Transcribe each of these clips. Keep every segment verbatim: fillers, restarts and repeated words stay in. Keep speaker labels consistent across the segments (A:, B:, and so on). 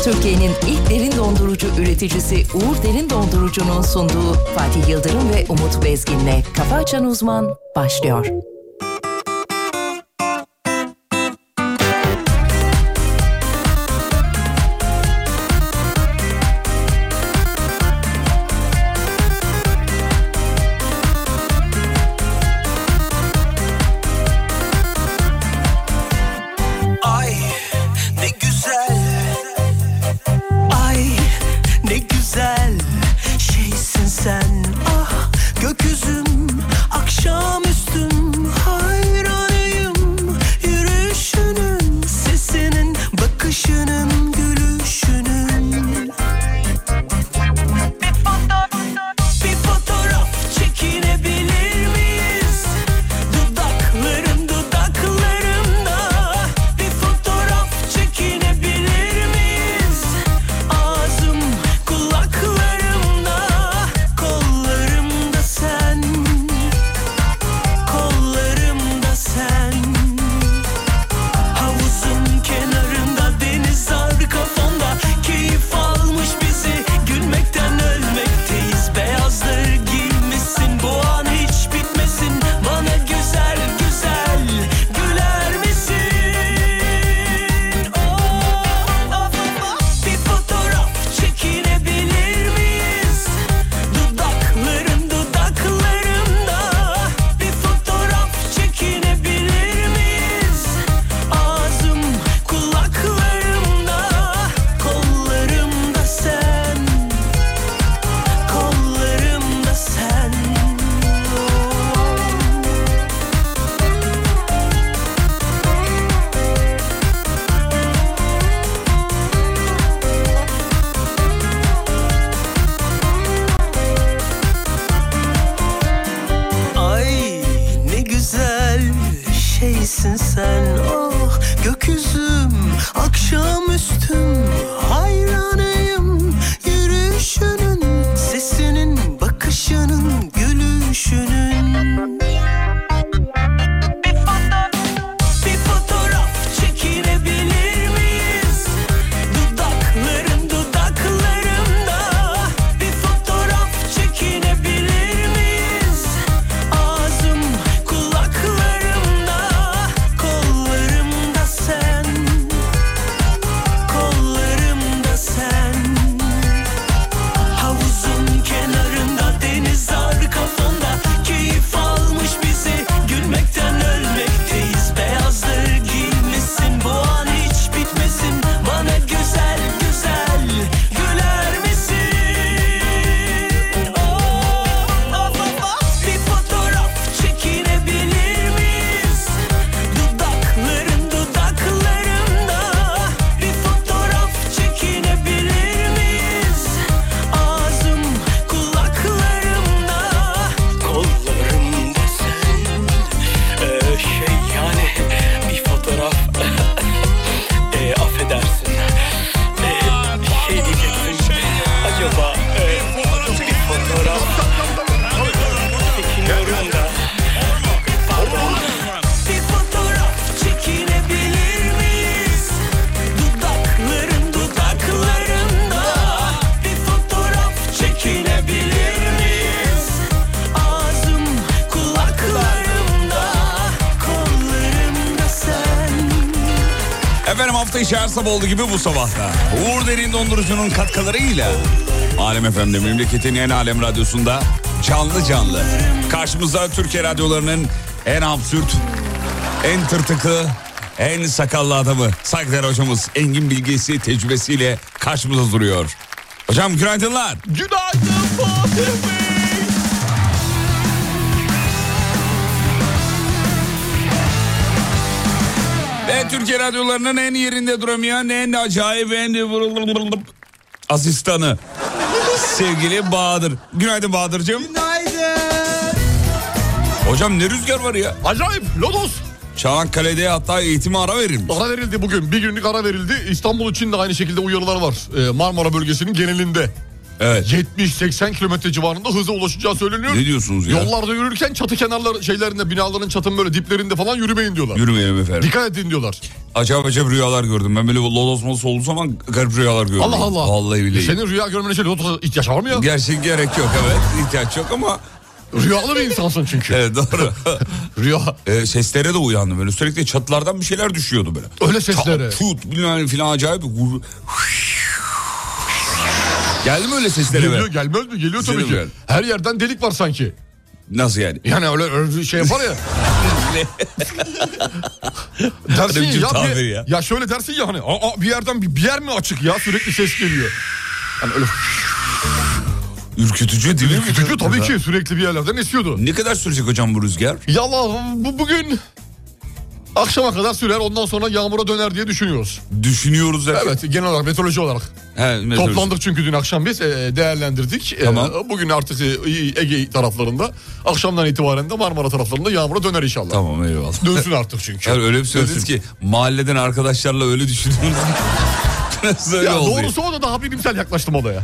A: Türkiye'nin ilk derin dondurucu üreticisi Uğur Derin Dondurucu'nun sunduğu Fatih Yıldırım ve Umut Bezgin'le Kafa Açan Uzman başlıyor.
B: Her sabah olduğu gibi bu sabahta Uğur Derin Dondurucu'nun katkılarıyla Alem F M'de, memleketin en alem radyosunda canlı canlı karşımızda Türkiye radyolarının en absürt, en tırtıklı, en sakallı adamı saygıdeğer hocamız Engin bilgisi, tecrübesiyle karşımızda duruyor. Hocam günaydınlar.
C: Günaydın Fatih Bey.
B: Ve Türkiye radyolarının en yerinde duramayan, en acayip, en asistanı sevgili Bahadır. Günaydın Bahadır'cığım.
C: Günaydın.
B: Hocam ne rüzgar var ya.
C: Acayip, lodos.
B: Çanakkale'de hatta eğitime ara verilmiş.
C: Ara verildi bugün. Bir günlük ara verildi. İstanbul için de aynı şekilde uyarılar var. Ee, Marmara bölgesinin genelinde.
B: Evet.
C: yetmiş seksen kilometre civarında hıza ulaşacağı söyleniyor.
B: Ne diyorsunuz ya?
C: Yollarda yürürken çatı kenarları şeylerinde, binaların çatının böyle diplerinde falan yürümeyin diyorlar.
B: Yürümeyelim efendim.
C: Dikkat edin diyorlar.
B: Acayip acayip rüyalar gördüm. Ben böyle lodos modos olduğu zaman garip rüyalar gördüm.
C: Allah Allah.
B: Vallahi billahi.
C: Senin rüya görmene şey lotosa ihtiyaç var mı ya?
B: Gerçek gerek yok, evet. İhtiyaç yok ama...
C: Rüyalı bir insansın çünkü.
B: Evet, doğru.
C: Rüya.
B: Ee, seslere de uyandım böyle. Sürekli çatılardan bir şeyler düşüyordu böyle.
C: Öyle seslere.
B: Çat, tut, bilmem filan acayip. Geldi mi öyle seslere?
C: Geliyor,
B: be?
C: gelmez mi? Geliyor tabii
B: Güzel
C: ki.
B: yani.
C: Her yerden delik var sanki.
B: Nasıl yani?
C: Yani öyle, öyle şey yapar ya. dersin
B: Öyle bir
C: ya,
B: tabir
C: bir,
B: ya.
C: ya şöyle dersin ya hani aa, bir yerden bir, bir yer mi açık ya, sürekli ses geliyor. Yani öyle
B: Ürkütücü değil mi?
C: ürkütücü tabii ki, sürekli bir yerlerden esiyordu.
B: Ne kadar sürecek hocam bu rüzgar?
C: Ya Allah, bu bugün akşama kadar sürer, ondan sonra yağmura döner diye düşünüyoruz.
B: Düşünüyoruz efendim.
C: Evet, genel olarak meteoroloji olarak.
B: He, meteoroloji.
C: Toplandık çünkü dün akşam biz e, değerlendirdik.
B: Tamam.
C: E, bugün artık e, Ege taraflarında, akşamdan itibaren de Marmara taraflarında yağmura döner inşallah.
B: Tamam, eyvallah.
C: Dönsün artık çünkü.
B: Yani öyle bir söylediniz ki mahalleden arkadaşlarla öyle düşünüyoruz. Biraz öyle
C: Ya
B: oldu.
C: doğrusu o da daha bilimsel yaklaştım olaya.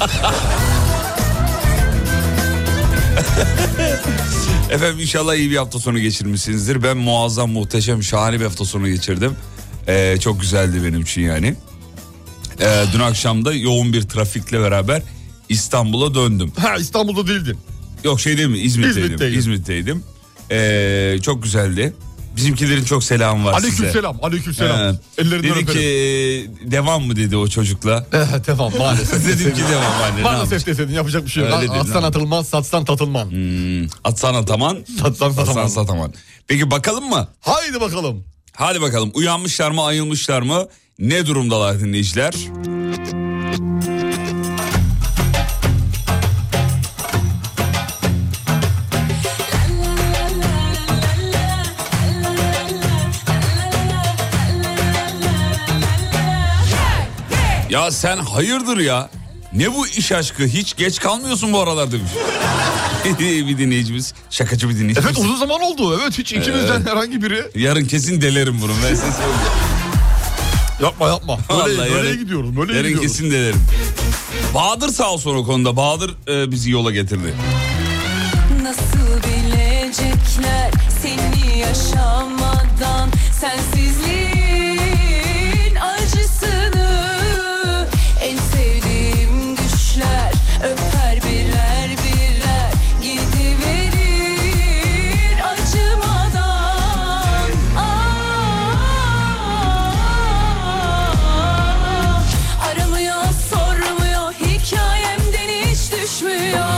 B: Efendim inşallah iyi bir hafta sonu geçirmişsinizdir. Ben muazzam, muhteşem, şahane bir hafta sonu geçirdim. Ee, çok güzeldi benim için yani. Ee, dün akşam da yoğun bir trafikle beraber İstanbul'a döndüm.
C: Ha, İstanbul'da değildin.
B: Yok şey değil mi? İzmit'teydim.
C: İzmit'teydin.
B: İzmit'teydim. Ee, çok güzeldi. Bizimkilerin çok selamı var size.
C: Aleykümselam, aleykümselam.
B: Ee,
C: Ellerinden
B: dedi
C: öperim.
B: ki devam mı dedi o çocukla.
C: Evet, devam maalesef.
B: Dedim ki devam anne.
C: Maalesef deseydin, yapacak bir şey yok.
B: Öyle dedin,
C: Atsan
B: tamam.
C: atılmaz, satsan tatılman.
B: Hmm, atsan ataman,
C: Satsan
B: satsan
C: sataman.
B: sataman. Peki bakalım mı?
C: Haydi bakalım.
B: Hadi bakalım, uyanmışlar mı, ayılmışlar mı? Ne durumdalar dinleyiciler? Ya sen hayırdır ya? Ne bu iş aşkı? Hiç geç kalmıyorsun bu aralar demiş. Bir dinleyicimiz, şakacı bir dinleyicimiz.
C: Evet, uzun zaman oldu. Evet, hiç ikimizden
B: Evet.
C: herhangi biri.
B: Yarın kesin delerim bunu. Ben size söyleyeyim.
C: Yapma yapma. Böyle,
B: Vallahi
C: böyle
B: yarın-
C: gidiyoruz. Böyle
B: Yarın
C: gidiyoruz.
B: kesin delerim. Bahadır sağ olsun o konuda. Bahadır e, bizi yola getirdi.
D: Nasıl bilecekler seni yaşamadan, sensizliğin acısını. En sevdiğim düşler öper birer birer, gidiverir acımadan. Aa, aramıyor, sormuyor, hikayemden hiç düşmüyor.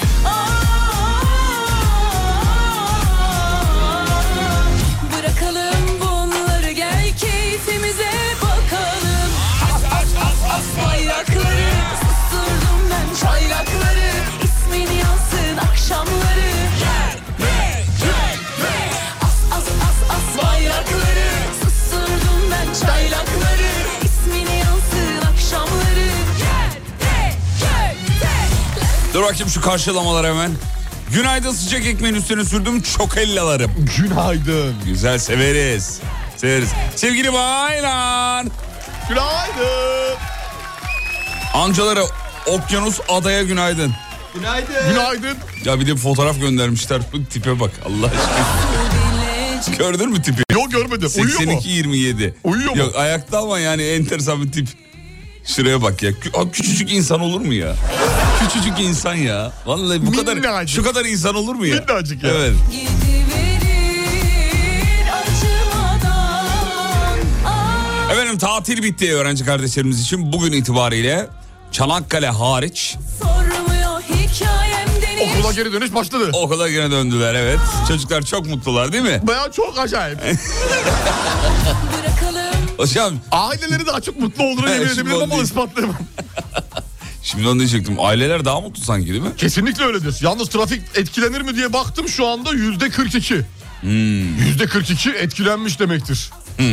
D: Bırakalım bunları, gel keyfimize bakalım. As as as as bayrakları, susturdum ben çaylakları. İsmin yansın akşamları. Gel gel gel gel. As as as as bayrakları, susturdum ben çaylakları. İsmin yansın akşamları. Gel gel gel gel.
B: Dur bakayım şu karşılamalar hemen. Günaydın, sıcak ekmeğin üstüne sürdüm çokellalarım.
C: Günaydın.
B: Güzel, severiz. Severiz. Sevgili baylar.
C: Günaydın.
B: Amcalara okyanus adaya günaydın.
C: Günaydın. Günaydın.
B: Ya bir de bir fotoğraf göndermişler. Bu tipe bak Allah aşkına. Gördün mü tipi?
C: Yok, görmedim. Uyuyor
B: seksen
C: mu?
B: iki yirmi yedi.
C: Uyuyor mu?
B: Yok ayakta ama yani enteresan bir tip. Şuraya bak ya. Kü- Abi küçücük insan olur mu ya? Küçücük insan ya. Vallahi bu kadar
C: Minnacık.
B: şu kadar insan olur mu ya?
C: Minnacık ya.
B: Evet.
D: Gidiverir acımadan. Aa,
B: Efendim tatil bitti öğrenci kardeşlerimiz için. Bugün itibariyle Çanakkale hariç
D: sormuyor hikayemden hiç.
C: Okula geri dönüş başladı.
B: okula gene döndüler, evet. Çocuklar çok mutlular değil mi?
C: Baya çok acayip.
D: Bırakalım
B: Hocam
C: Aileleri daha çok mutlu olduğunu yemin
B: Evet, şimdi
C: edebilirim
B: onu
C: ama
B: değil.
C: ispatlayamam.
B: şimdi onu diyecektim. Aileler daha mutlu sanki değil mi?
C: Kesinlikle öyledir. Yalnız trafik etkilenir mi diye baktım, şu anda yüzde kırk iki.
B: Hmm.
C: Yüzde kırk iki etkilenmiş demektir.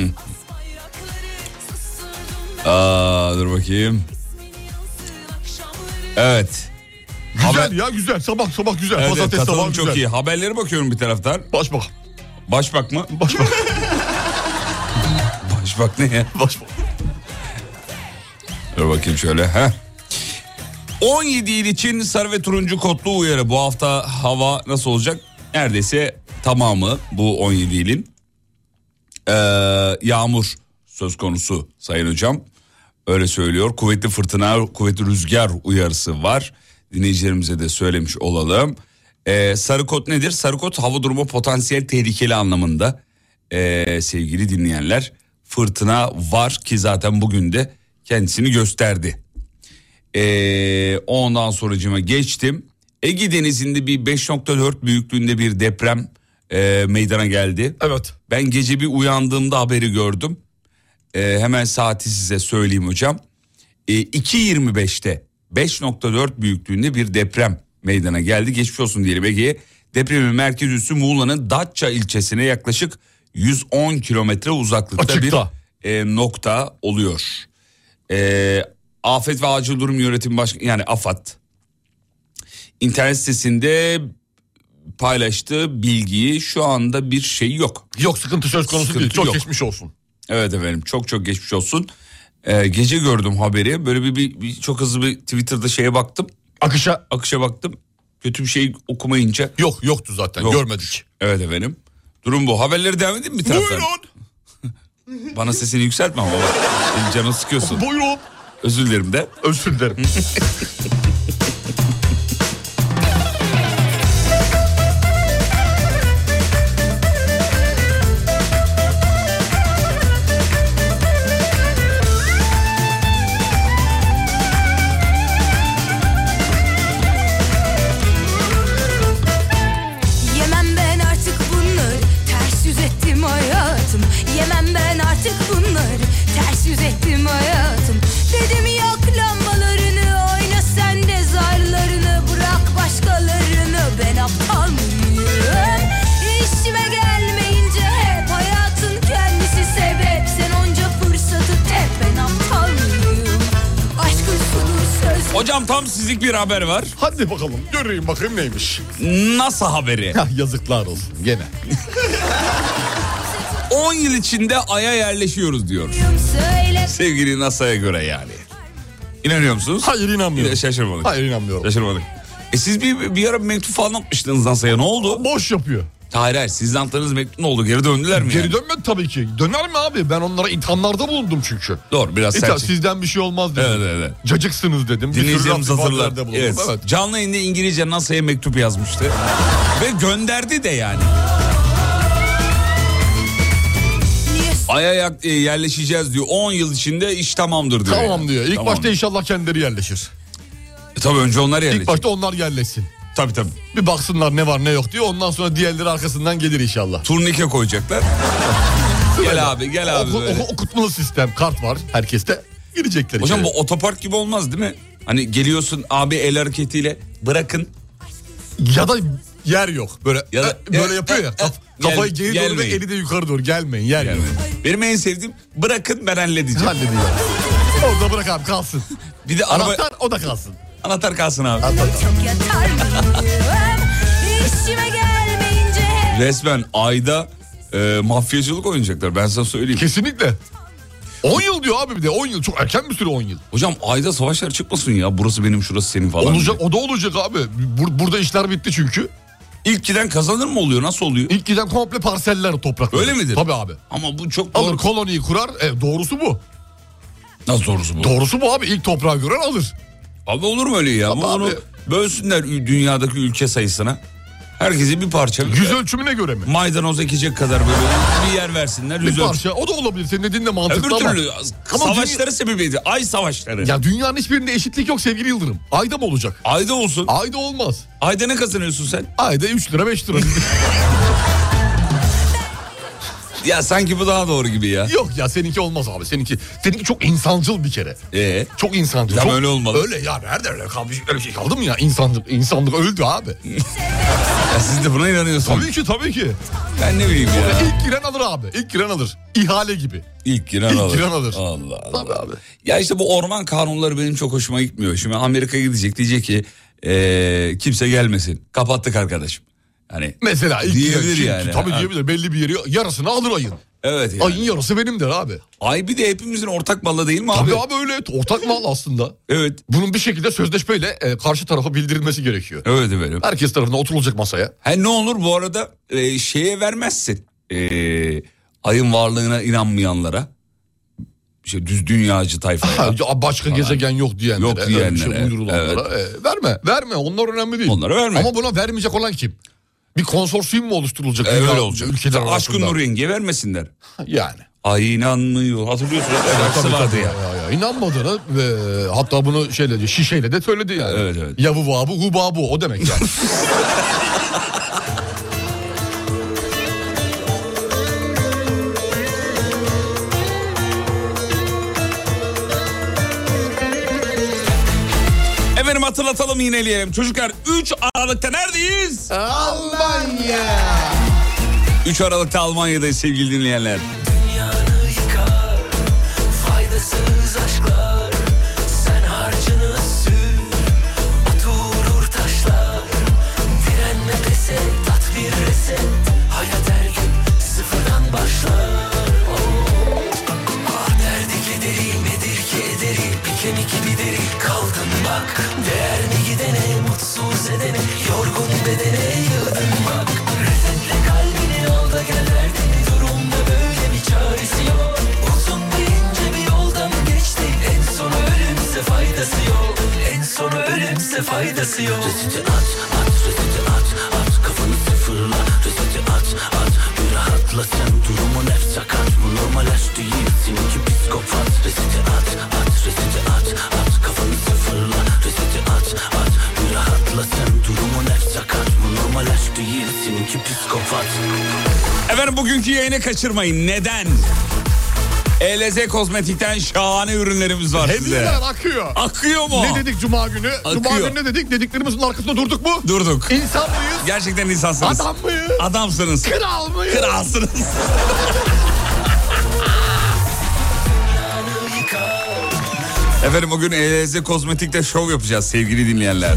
B: Aa, dur bakayım. Evet.
C: Güzel
B: Haber-
C: ya, güzel. Sabah sabah güzel.
B: Evet, evet,
C: Pazartesi
B: katılım
C: sabah
B: çok
C: güzel.
B: iyi. Haberlere bakıyorum bir taraftan.
C: Başbak.
B: Başbak mı?
C: Başbak.
B: Başbak ne ya?
C: Başbak.
B: Dur bakayım şöyle. Heh. on yedi il için sarı ve turuncu kodlu uyarı. Bu hafta hava nasıl olacak? Neredeyse tamamı bu on yedi ilin ee, yağmur söz konusu sayın hocam. Öyle söylüyor. Kuvvetli fırtına, kuvvetli rüzgar uyarısı var. Dinleyicilerimize de söylemiş olalım. Ee, sarı kod nedir? Sarı kod hava durumu potansiyel tehlikeli anlamında. Ee, sevgili dinleyenler, fırtına var ki zaten bugün de kendisini gösterdi. Ee, ondan sonracığıma geçtim. Ege Denizi'nde bir beş nokta dört büyüklüğünde bir deprem e, meydana geldi.
C: Evet.
B: Ben gece bir uyandığımda haberi gördüm. Ee, hemen saati size söyleyeyim hocam. Ee, iki yirmi beşte beş nokta dört büyüklüğünde bir deprem meydana geldi. Geçmiş olsun diyelim Ege'ye. Depremin merkez üssü Muğla'nın Datça ilçesine yaklaşık yüz on kilometre uzaklıkta
C: Açıkta.
B: bir e, nokta oluyor. E, Afet ve Acil Durum Yönetimi Başkanı, yani AFAD, internet sitesinde paylaştığı bilgiyi, şu anda bir şey yok.
C: Yok, sıkıntı söz konusu
B: Sıkıntı
C: değil. Çok
B: yok.
C: geçmiş olsun.
B: Evet efendim, çok çok geçmiş olsun. Ee, gece gördüm haberi. Böyle bir, bir, bir çok hızlı bir Twitter'da şeye baktım.
C: Akışa
B: Akışa baktım. Kötü bir şey okumayınca.
C: yok yoktu zaten,
B: Yok.
C: görmedik.
B: Evet efendim. Durum bu. Haberleri devam edeyim mi bir taraftan?
C: Buyurun.
B: Bana sesini yükseltme ama. Benim canımı sıkıyorsun.
C: Buyurun.
B: Özür dilerim de.
C: Özür dilerim.
D: Yemem ben artık bunları, ters yüz ettim hayatım. Yemem ben artık bunları, ters yüz ettim hayatım. Dedim yak lambalarını, oyna sen de zarlarını, bırak başkalarını, ben aptal mıyım? İşime gelmeyince hep hayatın kendisi sebep. Sen onca fırsatı tep, ben aptal mıyım? Aşkın sudur söz.
B: Hocam tam sizlik bir haber var.
C: Hadi bakalım, göreyim bakayım neymiş.
B: NASA haberi.
C: Hah, yazıklar olsun gene.
B: on yıl içinde Ay'a yerleşiyoruz diyor.
D: Söyle.
B: Sevgili NASA'ya göre yani. İnanıyor musunuz?
C: Hayır, inanmıyorum.
B: Şaşırmadık.
C: Hayır, inanmıyorum.
B: Şaşırmadık. E siz bir, bir ara bir mektup falan atmıştınız NASA'ya, ne oldu?
C: Boş yapıyor.
B: Hayır hayır, sizden attığınız mektup ne oldu? Geri döndüler mi?
C: Geri
B: yani?
C: dönmedi tabii ki. Döner mi abi? Ben onlara ithamlarda bulundum çünkü.
B: Doğru, biraz
C: İtham,
B: sert.
C: sizden bir şey olmaz dedim.
B: Evet evet. evet.
C: Cacıksınız dedim. Bir sürü
B: Dinleyicilerimiz
C: laf
B: hatırlar.
C: ifadelerde bulundum.
B: Evet.
C: Evet.
B: Canlı yayında İngilizce NASA'ya mektup yazmıştı. Ve gönderdi de yani. Ay'a yak- e, yerleşeceğiz diyor. on yıl içinde iş tamamdır diyor.
C: Tamam
B: yani.
C: diyor. İlk
B: Tamam.
C: başta inşallah kendileri yerleşir.
B: E, tabii önce onlar yerleşecek.
C: İlk başta onlar yerleşsin.
B: Tabii tabii.
C: Bir baksınlar ne var ne yok diyor. Ondan sonra diğerleri arkasından gelir inşallah.
B: Turnike koyacaklar. Gel abi gel abi
C: Oku,
B: böyle.
C: oku, okutmalı sistem, kart var herkeste. Girecekler
B: Hocam
C: içeri.
B: bu otopark gibi olmaz değil mi? Hani geliyorsun abi el hareketiyle bırakın.
C: Ya da yer yok. Böyle
B: Ya da-
C: e, böyle
B: e,
C: yapıyor
B: e,
C: ya.
B: e,
C: Kaf-
B: gel-
C: kafayı geri doğru ve
B: gelmeyin.
C: eli de yukarı doğru. Gelmeyin, yer
B: Yani
C: yok.
B: benim en sevdiğim bırakın ben halledeceğim.
C: Hallediyor. Orada bırak abi, kalsın.
B: Bir de araba
C: Anahtar o da kalsın.
B: anahtar kalsın abi.
C: Anahtar.
D: Çok yatar mıyım? İşime gelmeyince hep.
B: Resmen ayda e, mafyacılık oynayacaklar, ben sana söyleyeyim.
C: Kesinlikle. on yıl diyor abi bir de. on yıl çok erken bir süre on yıl.
B: Hocam ayda savaşlar çıkmasın ya, burası benim şurası senin falan.
C: Olacak,
B: diye.
C: o da olacak abi. Bur- burada işler bitti çünkü.
B: İlk giden kazanır mı oluyor, nasıl oluyor?
C: İlk giden komple parseller topraklar.
B: Öyle midir?
C: Tabii abi.
B: Ama bu çok
C: Alır
B: doğru.
C: koloniyi kurar. E, doğrusu bu.
B: Nasıl doğrusu bu?
C: Doğrusu bu abi. İlk toprağı gören alır.
B: Abi olur mu öyle ya?
C: Ama
B: Bu onu
C: abi-
B: bölsünler ü- dünyadaki ülke sayısına. Herkese bir parça.
C: Yüz ölçümüne göre mi?
B: Maydanoz ekecek kadar böyle bir yer versinler.
C: Bir
B: Yüz ölçü.
C: parça. O da olabilir. Senin dediğin de
B: Öbür
C: mantıklı ama.
B: türlü
C: Ama
B: savaşları sebebiydi. Ay savaşları.
C: Ya dünyanın hiçbirinde eşitlik yok sevgili Yıldırım. Ayda mı olacak?
B: Ayda olsun.
C: Ayda olmaz.
B: Ayda ne kazanıyorsun sen?
C: Ayda üç lira beş lira.
B: Ya sanki bu daha doğru gibi ya.
C: Yok ya, seninki olmaz abi. Seninki seninki çok insancıl bir kere.
B: Ee?
C: Çok insancıl.
B: Ya
C: çok,
B: öyle olmalı.
C: Öyle ya, nerede öyle kalmış, öyle şey kaldı mı ya? İnsanlık, insanlık öldü abi.
B: Ya siz de buna inanıyorsunuz.
C: Tabii ki tabii ki.
B: Ben ne bileyim ya.
C: İlk giren alır abi. İlk giren alır. İhale gibi.
B: İlk giren
C: İlk
B: alır.
C: giren alır.
B: Allah Allah.
C: Tabii abi.
B: Ya işte bu orman kanunları benim çok hoşuma gitmiyor. Şimdi Amerika gidecek, diyecek ki ee, kimse gelmesin. Kapattık arkadaşım. Hani
C: Mesela ilk
B: Diyebilir
C: giren. Çünkü
B: yani.
C: Tabii
B: Ha.
C: diyebilir. Belli bir yeri yarısını alır ayın.
B: Evet yani.
C: Ayın yarısı benimdir abi.
B: Ay bir de hepimizin ortak malı değil mi abi?
C: Tabii abi öyle ortak mal aslında.
B: Evet.
C: Bunun bir şekilde sözleşmeyle e, karşı tarafa bildirilmesi gerekiyor.
B: Evet efendim.
C: Herkes tarafından oturulacak masaya.
B: He ne olur bu arada e, şeye vermezsin. E, ayın varlığına inanmayanlara. İşte düz dünyacı tayfaya.
C: Ha, başka falan. Gezegen yok diyenlere.
B: Yok diyenlere.
C: Şey uydurulanlara. Evet. E, verme verme onlar önemli değil.
B: Onlara verme.
C: Ama buna vermeyecek olan kim? Bir konsorsiyum mu oluşturulacak?
B: E, öyle olacak.
C: Ülkeler
B: Aşkın
C: arasında.
B: Nur Yengi'ye vermesinler.
C: Yani.
B: Ay inanmıyor. Hatırlıyorsunuz. Evet,
C: tabii,
B: vardı
C: tabii,
B: ya.
C: ya, ya. İnanmadığını ve hatta bunu şeyle şişeyle de söyledi yani.
B: Evet evet.
C: Yavu vabu hu babu o demek yani.
B: Efendim hatırlatalım, yineleyelim. Çocuklar üç Aralık'ta neredeyiz?
C: Almanya.
B: üç Aralık'ta Almanya'dayız sevgili dinleyenler.
E: Dünyanı yıkar, faydasız aşklar. Sen harcını sür, oturur taşlar. Direnme pes et, tat bir reset. Hayat her gün sıfırdan başlar. Oh. Ah derdi kederi nedir ki ederi, bir kemik gibi deri. Kaldın bak, değer mi gidene, mutsuz edene, yorgun bedene yığdın bak. Resetle kalbini al da gel derdini, durumda böyle bir çaresi yok. Uzun ve ince bir yoldan geçti, en sonu ölümse faydası yok. En sonu ölümse faydası yok. Reseti at, at, reseti at, at, kafanı sıfırla. Reseti at, at, bir rahatla sen, durumun hep sakat. Bu normal aşk değilsin ki psikopat. Reseti at, at, reseti at, at, kafanı sıfırla. Reseti at, at, bir rahatla sen, durumun hep sakat. Bu normal aşk değilsin ki psikopat.
B: Efendim bugünkü yayını kaçırmayın. Neden? E L Z Kozmetik'ten şahane ürünlerimiz var size.
C: Hediyeler akıyor.
B: Akıyor mu?
C: Ne dedik Cuma günü?
B: Akıyor.
C: Cuma günü ne dedik? Dediklerimizin arkasında durduk mu?
B: Durduk.
C: İnsan mıyız?
B: Gerçekten insansınız.
C: Adam mıyız?
B: Adamsınız.
C: Kral mıyız?
B: Kralsınız. Efendim bugün E L Z Kozmetik'te şov yapacağız sevgili dinleyenler.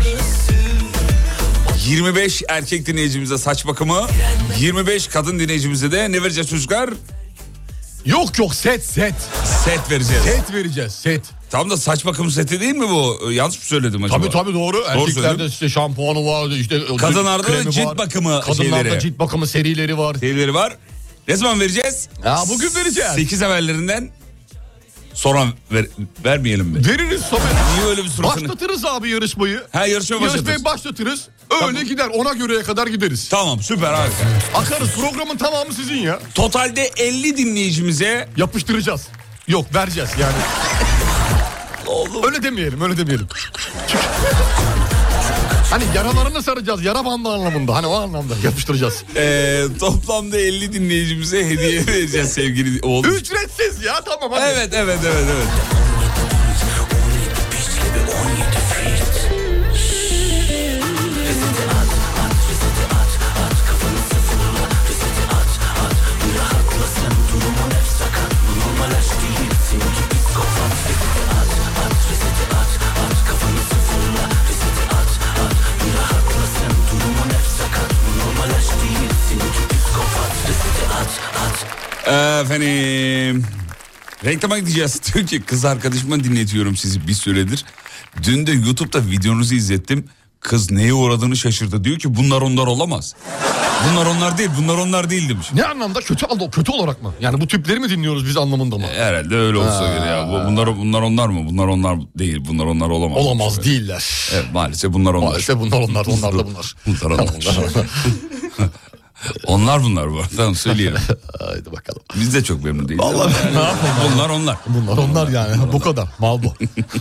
B: yirmi beş erkek dinleyicimize saç bakımı, yirmi beş kadın dinleyicimize de ne vereceğiz çocuklar?
C: Yok yok set set.
B: Set vereceğiz.
C: Set vereceğiz set.
B: Tam da saç bakım seti değil mi bu? Yanlış mı söyledim acaba?
C: Tabii tabii doğru. Erkeklerde
B: söyledim.
C: işte şampuanı var. İşte
B: Kadınlarda da
C: kremi
B: cilt
C: var.
B: bakımı
C: Kadınlarda
B: şeyleri.
C: cilt bakımı serileri var.
B: Serileri var. Ne zaman vereceğiz?
C: Ya bugün vereceğiz.
B: sekiz evvellerinden sonra ver, vermeyelim mi?
C: Veririz tabii.
B: Niye öyle bir suratını?
C: Başlatırız abi yarışmayı.
B: Ha yarışma başlatırız.
C: Yarışmayı başlatırız. Öyle
B: Tamam.
C: gider. Ona göreye kadar gideriz.
B: Tamam süper harika.
C: Akarız. Programın tamamı sizin ya.
B: Totalde elli dinleyicimize
C: Yapıştıracağız. Yok vereceğiz yani. Öyle demeyelim öyle demeyelim. Çünkü... hani yaralarını saracağız. Yara bandı anlamında. Hani o anlamda yapıştıracağız.
B: e, toplamda elli dinleyicimize hediye vereceğiz sevgili oğlum.
C: Ücretsiz ya tamam hadi.
B: Evet evet evet evet. Efendim reklama gideceğiz. Diyor ki kız arkadaşıma dinletiyorum sizi bir süredir. Dün de YouTube'da videonuzu izlettim. Kız neye uğradığını şaşırdı. Diyor ki bunlar onlar olamaz. Bunlar onlar değil, bunlar onlar değil demiş.
C: Ne anlamda? Kötü kötü olarak mı? Yani bu tipleri mi dinliyoruz biz anlamında mı?
B: Herhalde öyle olsa göre ya. Bunlar bunlar onlar mı? Bunlar onlar değil. Bunlar onlar olamaz.
C: Olamaz değiller.
B: Evet maalesef bunlar onlar.
C: Maalesef bunlar onlar, onlar da bunlar.
B: Bunlar onlar. Onlar bunlar bu. Tamam söyleyelim.
C: Haydi bakalım.
B: Biz de çok memnun değiliz.
C: Vallahi
B: yani.
C: ne yapalım?
B: Bunlar onlar.
C: Bunlar onlar yani. Bu kadar. Mal bu.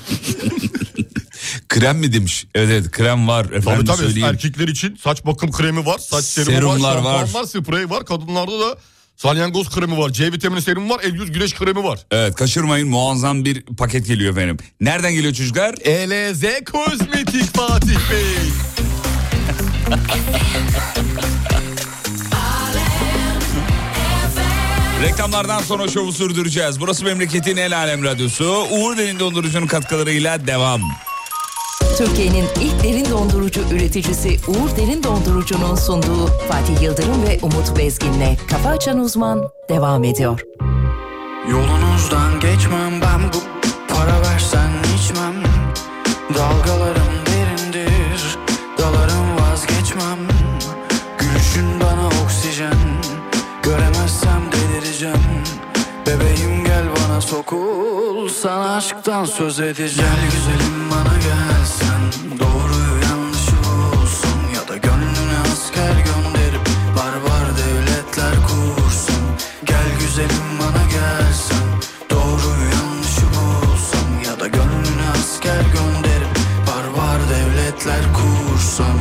B: Krem mi demiş? Evet evet krem var. Efendim
C: Tabii tabii
B: söyleyeyim.
C: erkekler için saç bakım kremi var. Saç serumu
B: Serumlar
C: var.
B: var.
C: Şampuan var. Sprey var. Kadınlarda da salyangoz kremi var. C vitamini serumu var. El yüz güneş kremi var.
B: Evet kaçırmayın, muazzam bir paket geliyor efendim. Nereden geliyor çocuklar?
C: E L Z Kozmetik Fatih Bey.
B: Reklamlardan sonra şovu sürdüreceğiz. Burası memleketin en alem radyosu. Uğur Derin Dondurucu'nun katkılarıyla devam.
A: Türkiye'nin ilk derin dondurucu üreticisi Uğur Derin Dondurucu'nun sunduğu Fatih Yıldırım ve Umut Bezgin'le Kafa Açan Uzman devam ediyor.
F: Yolunuzdan geçmem ben, bu para versen içmem. Dalgalarım derindir, dalarım vazgeçmem. Gülüşün bana oksijen, göremezsem delireceğim. Bebeğim gel bana sokul, sana aşktan söz edeceğim. Gel güzelim bana gelsen, doğruyu yanlışı bulsun. Ya da gönlüne asker gönderip barbar devletler kursun. Gel güzelim bana gelsen, doğruyu yanlışı bulsun. Ya da gönlüne asker gönderip barbar devletler kursun.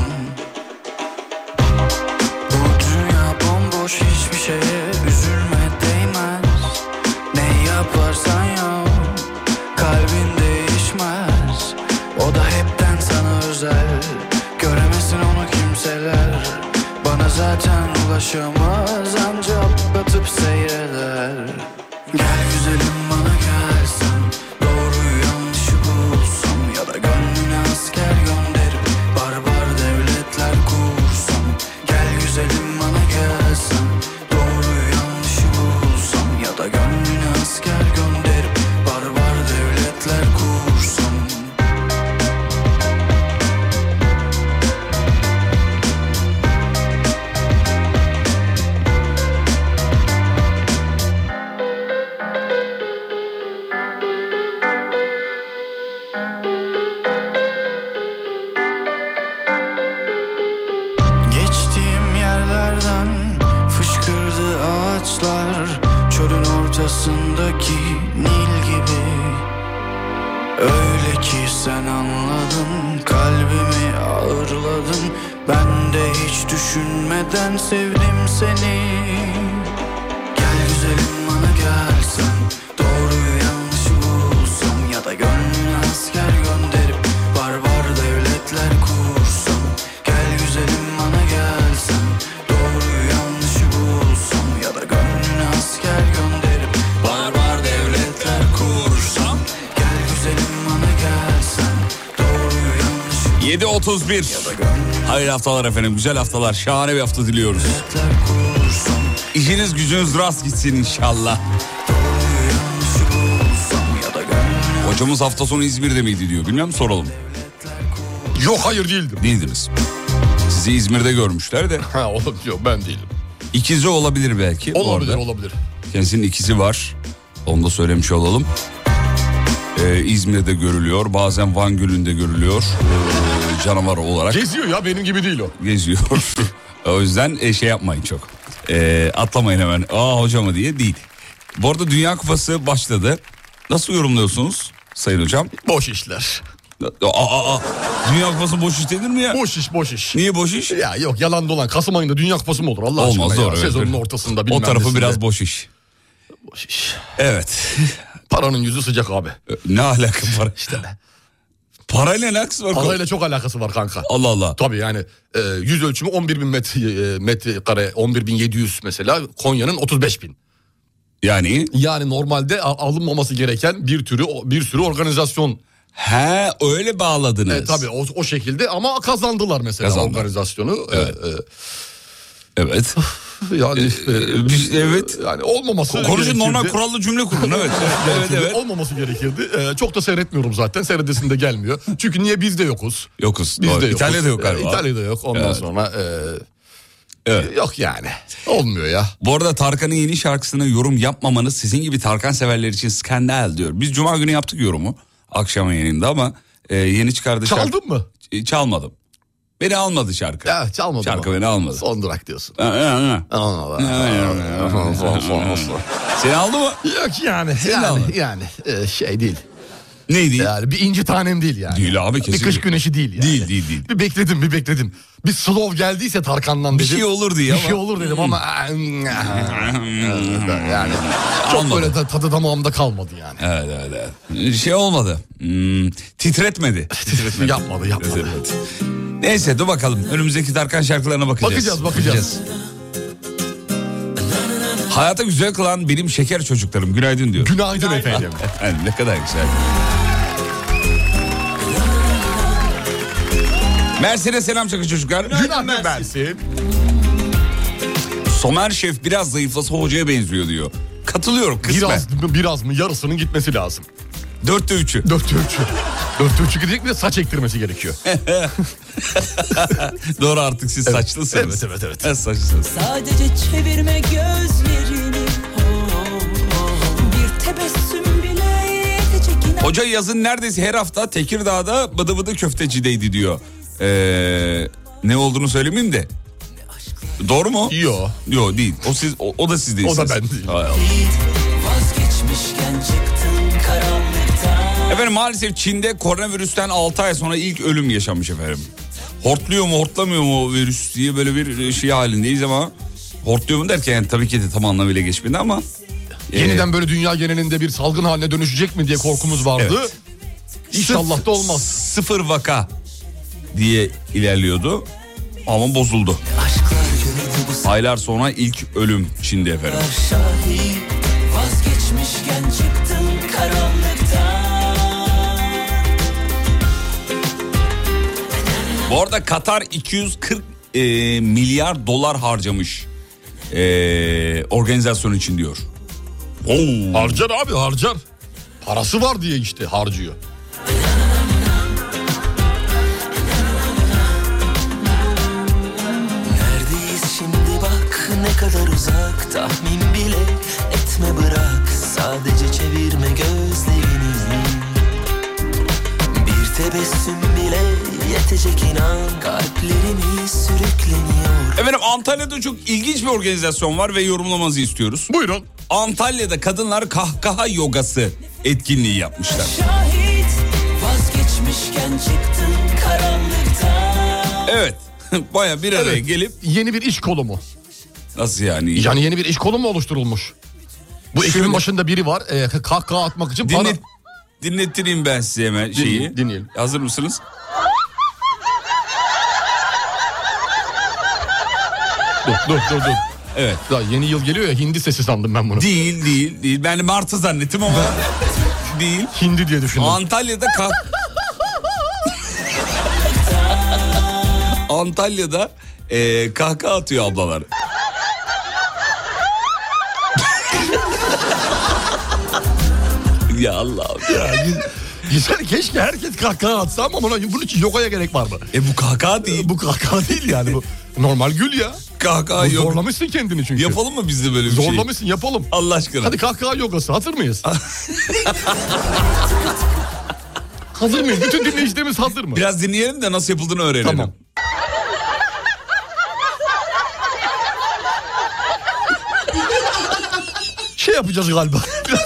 F: Bu dünya bomboş, hiçbir şeye üzülme değmez. Ne yaparsan yap, kalbin değişmez. O da hepten sana özel, göremesin onu kimseler. Bana zaten ulaşamaz, ancak batıp seyreder. Gel güzelim bana gelsen, doğruyu yanlışı bulsun. Ya da gönlüne asker gönderip barbar devletler kursun. Gel güzelim bana gelsen, doğruyu yanlışı bulsun. Ya da gönlüne asker gönderip barbar devletler kursun. Geçtiğim yerlerden fışkırdı ağaçlar, çölün ortasındaki Nil gibi. Öyle ki sen anladın, kalbimi ağırladın. Ben de hiç düşünmeden sevdim seni. Gel güzelim bana gelsen, doğruyu yanlışı bulsun. Ya da gönlüne asker gönderip barbar devletler kursun. Gel güzelim bana gelsen, doğruyu yanlışı bulsun. Ya da gönlüne asker gönderip barbar devletler kursun. Gel güzelim bana gelsen, doğruyu yanlışı
B: yedi otuz bir. Hayırlı haftalar efendim. Güzel haftalar. Şahane bir hafta diliyoruz.
F: kursun.
B: İşiniz gücünüz rast gitsin inşallah.
F: Doğruyu yanlışı bulsun. Ya da gönlüne
B: Hocamız hafta sonu İzmir'de miydi diyor. Bilmem, soralım.
C: Yok, hayır değildim.
B: Değildiniz. Sizi İzmir'de görmüşler de.
C: Ha, yok ben değilim.
B: İkizi olabilir belki. bu
C: Olabilir
B: arada.
C: olabilir.
B: Kendisinin ikizi var. Onu da söylemiş olalım. Ee, İzmir'de görülüyor. Bazen Van Gölü'nde görülüyor. Ee, canavar olarak
C: Geziyor ya, benim gibi değil o.
B: geziyor. O yüzden e, şey yapmayın çok. Ee, atlamayın hemen. Aa hoca mı diye değil. Bu arada Dünya Kupası başladı. Nasıl yorumluyorsunuz Sayın Hocam?
C: Boş işler.
B: Aa, aa, aa. Dünya Kupası boş iş denir mi ya?
C: Boş iş boş iş.
B: Niye boş iş?
C: Ya yok, yalan dolan. Kasım ayında Dünya Kupası mı olur Allah
B: Olmaz,
C: aşkına
B: doğru,
C: ya.
B: evet.
C: Sezonun ortasında bilmem
B: O tarafı
C: nesinde.
B: biraz boş iş.
C: Boş iş.
B: Evet.
C: Paranın yüzü sıcak abi.
B: Ne alaka var? İşte. Parayla ne alakası var?
C: Parayla çok alakası var kanka.
B: Allah Allah.
C: Tabii yani e, yüz ölçümü on bir bin metre, e, metre kare, on bir bin yedi yüz mesela, Konya'nın otuz beş bin.
B: Yani?
C: Yani normalde a- alınmaması gereken bir türü bir sürü organizasyon.
B: He, öyle bağladınız.
C: E, tabii o, o şekilde ama kazandılar mesela
B: Kazandılar.
C: organizasyonu.
B: Evet.
C: E, e,
B: Evet.
C: yani e,
B: Biz- evet.
C: yani olmaması
B: Konuşun,
C: gerekirdi.
B: normal kurallı cümle kurun. Evet. Evet,
C: Gerekirdi.
B: evet.
C: Olmaması gerekirdi. E, çok da seyretmiyorum zaten. Seyredesim de gelmiyor. Çünkü niye, biz de yokuz.
B: Yokuz.
C: Biz
B: Doğru.
C: de yokuz.
B: İtalya'da yok galiba.
C: E, İtalya'da yok. Ondan
B: Evet.
C: sonra e,
B: Evet.
C: yok yani. Olmuyor ya.
B: Bu arada Tarkan'ın yeni şarkısına yorum yapmamanız sizin gibi Tarkan severler için skandal diyor. Biz Cuma günü yaptık yorumu. Akşam yayınında ama e, yeni çıkardığı şarkı...
C: Çaldın mı?
B: E, çalmadım. Beni almadı şarkı.
C: Ya çalmadım.
B: Şarkı
C: ama.
B: beni almadı.
C: Son durak diyorsun.
B: Ha, ha, ha.
C: Allah Allah. Son, son, son.
B: Seni aldı mı?
C: Yok yani.
B: Seni
C: Yani,
B: aldı.
C: yani e, şey değil.
B: Neydi?
C: Yani bir inci tanem değil yani.
B: Değil abi,
C: Bir
B: kesinlikle.
C: kış güneşi değil yani.
B: Değil, değil, değil.
C: Bir bekledim bir bekledim. Bir slow geldiyse Tarkan'dan
B: Bir
C: dedim.
B: şey olur diye
C: Bir
B: ama.
C: şey olur dedim ama yani çok
B: Almadı.
C: böyle de tadı damağımda kalmadı yani.
B: Evet, evet, evet. Şey olmadı. Hmm, titretmedi. Titretmedi.
C: Yapmadı yapmadı.
B: Evet. Neyse dur bakalım. Önümüzdeki Tarkan şarkılarına bakacağız.
C: Bakacağız bakacağız.
B: Hayata güzel kılan benim şeker çocuklarım. Günaydın diyor.
C: Günaydın efendim.
B: Efendim, ne kadar güzel. Mersin'e selam çakın çocuklar.
C: Günaydın Mersin.
B: Somer Şef biraz zayıflasa hocaya benziyor diyor. Katılıyorum kısmen.
C: Biraz mı biraz mı yarısının gitmesi lazım.
B: Dörtte üçü.
C: Dörtte üçü. Dörtte üçü gidecek, bir de saç ektirmesi gerekiyor.
B: Doğru, artık siz saçlısınız.
C: Evet evet evet.
B: Saçlısınız.
D: Sadece çevirme gözlerini, bir tebessüm bile yetecek inan.
B: Hoca yazın neredeyse her hafta Tekirdağ'da bıdı bıdı köftecideydi diyor. Ee, ne olduğunu söylemeyeyim de. Doğru mu?
C: Yok.
B: Yok değil. O siz o, o da siz değilsiniz.
C: O da ben değilim.
B: Hay Allah.
E: Vazgeçmişken çıktın karanlıktan.
B: Efendim maalesef Çin'de koronavirüsten altı ay sonra ilk ölüm yaşanmış efendim. Hortluyor mu hortlamıyor mu virüs diye böyle bir şey halindeyiz ama hortluyor mu derken yani tabii ki de tam anlamıyla geçmedi ama.
C: Yeniden
B: e,
C: böyle dünya genelinde bir salgın haline dönüşecek mi diye korkumuz vardı.
B: Evet.
C: İnşallah da olmaz.
B: Sıfır vaka diye ilerliyordu ama bozuldu. Aylar sonra ilk ölüm Çin'de efendim.
E: Şahit vazgeçmişken çıktın karanlıktan.
B: Bu arada Katar iki yüz kırk e, milyar dolar harcamış e, organizasyon için diyor. Oo.
C: Harcar abi harcar. Parası var diye işte harcıyor.
E: Neredeyiz şimdi bak, ne kadar uzak, tahmin bile etme bırak. Sadece çevirme gözlerini, bir tebessüm bile yetecek inan. Kalplerimiz sürükleniyor.
B: Efendim Antalya'da çok ilginç bir organizasyon var ve yorumlamanızı istiyoruz.
C: Buyurun.
B: Antalya'da kadınlar kahkaha yogası etkinliği yapmışlar.
E: Şahit vazgeçmişken çıktın karanlıktan.
B: Evet. Baya bir araya
C: Evet.
B: gelip
C: Yeni bir iş kolu mu?
B: nasıl yani?
C: Yani yeni bir iş kolu mu oluşturulmuş? Bu ekibin
B: Şöyle-
C: başında biri var. E, kahkaha atmak için para...
B: Dinlet, dinlettireyim ben size hemen şeyi.
C: Dinleyelim, dinleyelim.
B: Hazır mısınız?
C: Dur dur dur dur.
B: Evet.
C: Daha yeni yıl geliyor ya, hindi sesi sandım ben bunu.
B: Değil değil değil. Ben de Martı zannettim ama değil.
C: Hindi diye düşündüm.
B: Antalya'da kah... Antalya'da e, kahkaha atıyor ablalar. Ya Allah'ım ya.
C: Güzel, keşke herkes kahkaha atsa ama buna, bunun için yogaya gerek var mı?
B: E bu kahkaha değil.
C: Bu kahkaha değil yani, bu normal gül ya.
B: Kahkaha
C: Bu
B: yok.
C: zorlamışsın kendini çünkü.
B: Yapalım mı biz de böyle bir şey?
C: Zorlamışsın, yapalım.
B: Allah aşkına.
C: Hadi kahkaha yogası, hazır mıyız? Hazır mıyız? Bütün dinleyicilerimiz hazır mı?
B: Biraz dinleyelim de nasıl yapıldığını öğrenelim.
C: Tamam. Şey yapacağız galiba. Biraz...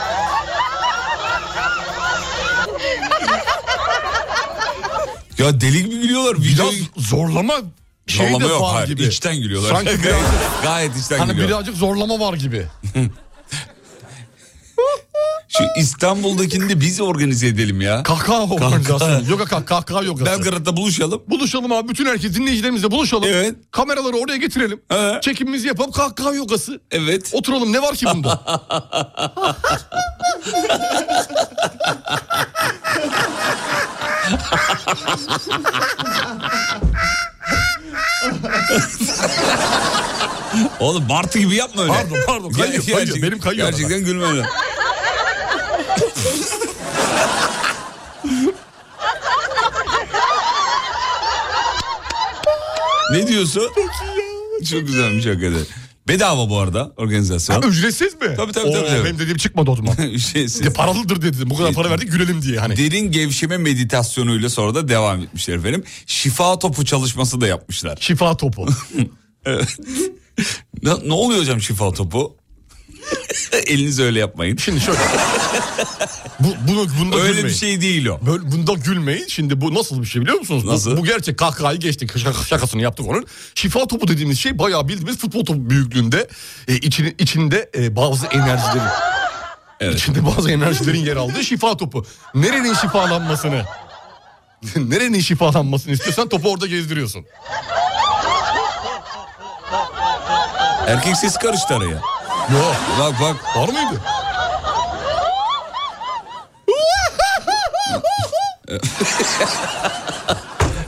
B: Ya deli gibi gülüyorlar.
C: Biraz
B: Videoyu...
C: zorlama şey
B: Zorlama
C: de
B: yok.
C: var
B: Hayır,
C: gibi.
B: içten gülüyorlar.
C: Sanki
B: gayet,
C: biraz,
B: gayet içten
C: hani
B: gülüyorlar.
C: birazcık zorlama var gibi.
B: Şu İstanbul'dakini de biz organize edelim ya.
C: Kahkaha organizasyonu. Yoga kah- kahkaha yogası.
B: Belgrad'da buluşalım.
C: Buluşalım abi, bütün herkes, dinleyicilerimizle buluşalım.
B: Evet.
C: Kameraları oraya getirelim.
B: Evet.
C: Çekimimizi yapalım, kahkaha yogası.
B: Evet.
C: Oturalım, ne var ki bunda?
B: Oğlum Martı gibi yapma öyle.
C: Pardon pardon kayıyor,
B: Ger-
C: kayıyor. Benim kayıyor.
B: Gerçekten gülme öyle. Ne diyorsun? Çok güzelmiş hakikaten. Bedava bu arada organizasyon.
C: Ha, ücretsiz mi?
B: Tabii, tabii,
C: Oo,
B: tabii, tabii.
C: benim dediğim çıkmadı o zaman.
B: Ücretsiz.
C: De paralıdır dedim. Bu kadar para verdik, gülelim diye hani.
B: Derin gevşeme meditasyonuyla sonra da devam etmişler efendim. Şifa topu çalışması da yapmışlar.
C: Şifa topu.
B: Evet. ne, ne oluyor hocam şifa topu? Elinizi öyle yapmayın.
C: Şimdi şöyle. Bu, bunu, bunda
B: Öyle
C: gülmeyin.
B: bir şey değil o.
C: Böyle, bunda gülmeyin. Şimdi bu nasıl bir şey biliyor musunuz? Bu-
B: Nasıl?
C: Bu, gerçek, kahkahayı geçtik. Şaka, şakasını yaptık onun. Şifa topu dediğimiz şey bayağı bildiğimiz futbol topu büyüklüğünde. E, içini, içinde e, bazı enerjilerin.
B: Evet.
C: İçinde bazı enerjilerin yer aldığı şifa topu. Nerenin şifalanmasını? Nerenin şifalanmasını istiyorsan topu orada gezdiriyorsun.
B: Erkek sesi karıştı araya.
C: Yok.
B: Bak bak.
C: Var mıydı?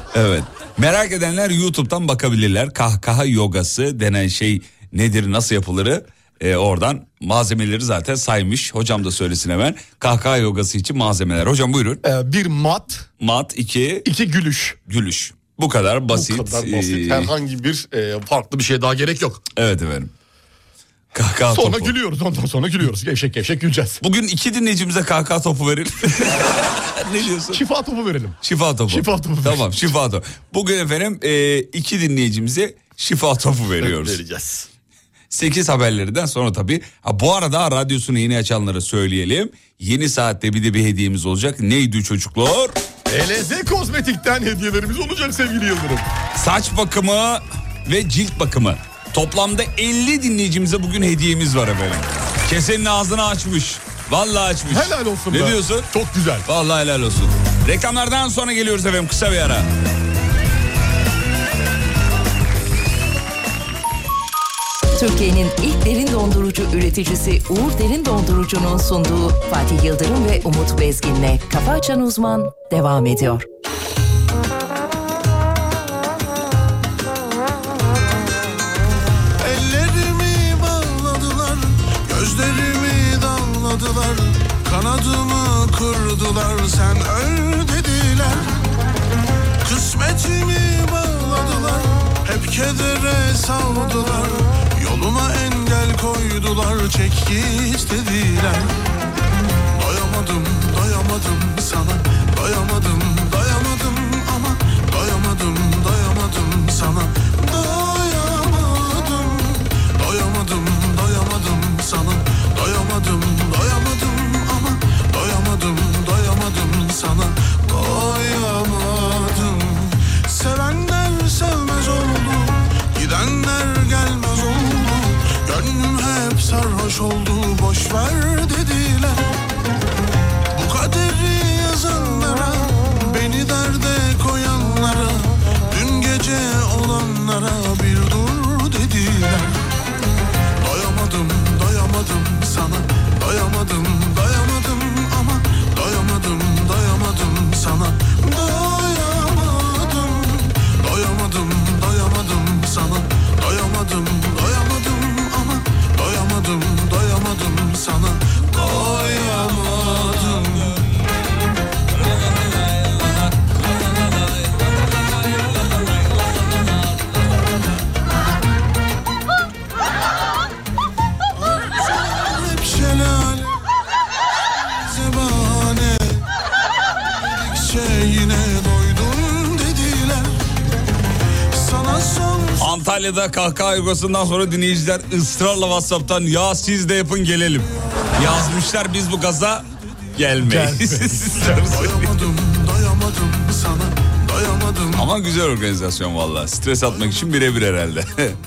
B: Evet. Merak edenler YouTube'dan bakabilirler. Kahkaha yogası denen şey nedir, nasıl yapılırı e, oradan malzemeleri zaten saymış. Hocam da söylesin hemen. Kahkaha yogası için malzemeler. Hocam buyurun.
C: Ee, bir mat.
B: Mat, iki.
C: iki gülüş.
B: Gülüş. Bu kadar basit.
C: Bu kadar basit. Herhangi bir e, farklı bir şey daha gerek yok.
B: Evet efendim. Kahkaha
C: sonra
B: topu.
C: gülüyoruz, ondan sonra gülüyoruz. Gevşek gevşek güleceğiz.
B: Bugün iki dinleyicimize kahkaha topu verelim. Ne diyorsun?
C: Şifa topu verelim.
B: Şifa topu.
C: Şifa topu.
B: Tamam, şifa topu. Bugün efendim e, iki dinleyicimize şifa topu veriyoruz.
C: Vereceğiz.
B: sekiz haberlerinden sonra tabii. Ha, bu arada radyosunu yeni açanlara söyleyelim. Yeni saatte bir de bir hediyemiz olacak. Neydi çocuklar?
C: L Z Kozmetik'ten hediyelerimiz olacak sevgili Yıldırım.
B: Saç bakımı ve cilt bakımı. Toplamda elli dinleyicimize bugün hediyemiz var efendim. Kesenin ağzını açmış. Vallahi açmış.
C: Helal olsun.
B: Ne
C: be.
B: diyorsun?
C: Çok güzel.
B: Vallahi helal olsun. Reklamlardan sonra geliyoruz efendim, kısa bir ara.
A: Türkiye'nin ilk derin dondurucu üreticisi Uğur Derin Dondurucu'nun sunduğu Fatih Yıldırım ve Umut Bezgin'le Kafa Açan Uzman devam ediyor.
F: Ellerimi bağladılar, gözlerimi damladılar, kanadımı kırdılar, sen öl dediler. Kısmetimi bağladılar, hep kedere savdular, yoluma engel koydular, çek git dediler. Doyamadım, doyamadım sana, doyamadım, doyamadım ama doyamadım, doyamadım sana, doyamadım, doyamadım, doyamadım sana, doyamadım, doyamadım ama doyamadım, doyamadım sana, doyamadım. Sevenler sevmez oldu, gidenler gelmez oldu, gönlüm hep sarhoş oldu, boş ver dediler. Bu kaderi yazanlara, beni derde koyanlara, dün gece olanlara bir dur dediler. Doyamadım, doyamadım sana, doyamadım, doyamadım ama doyamadım, doyamadım sana, doyamadım, doyamadım, doyamadım sana, doyamadım, doyamadım ama doyamadım, doyamadım sana, doyamadım. Hep şelale, zebane, dedikçe yine doydum dediler. Sana son
B: Antalya'da kahkaha yogasından sonra dinleyiciler ısrarla WhatsApp'tan ya siz de yapın gelelim yazmışlar, biz bu gaza gelmeyiz.
F: doyamadım, doyamadım sana, doyamadım.
B: Ama güzel organizasyon vallahi. Stres atmak için birebir herhalde.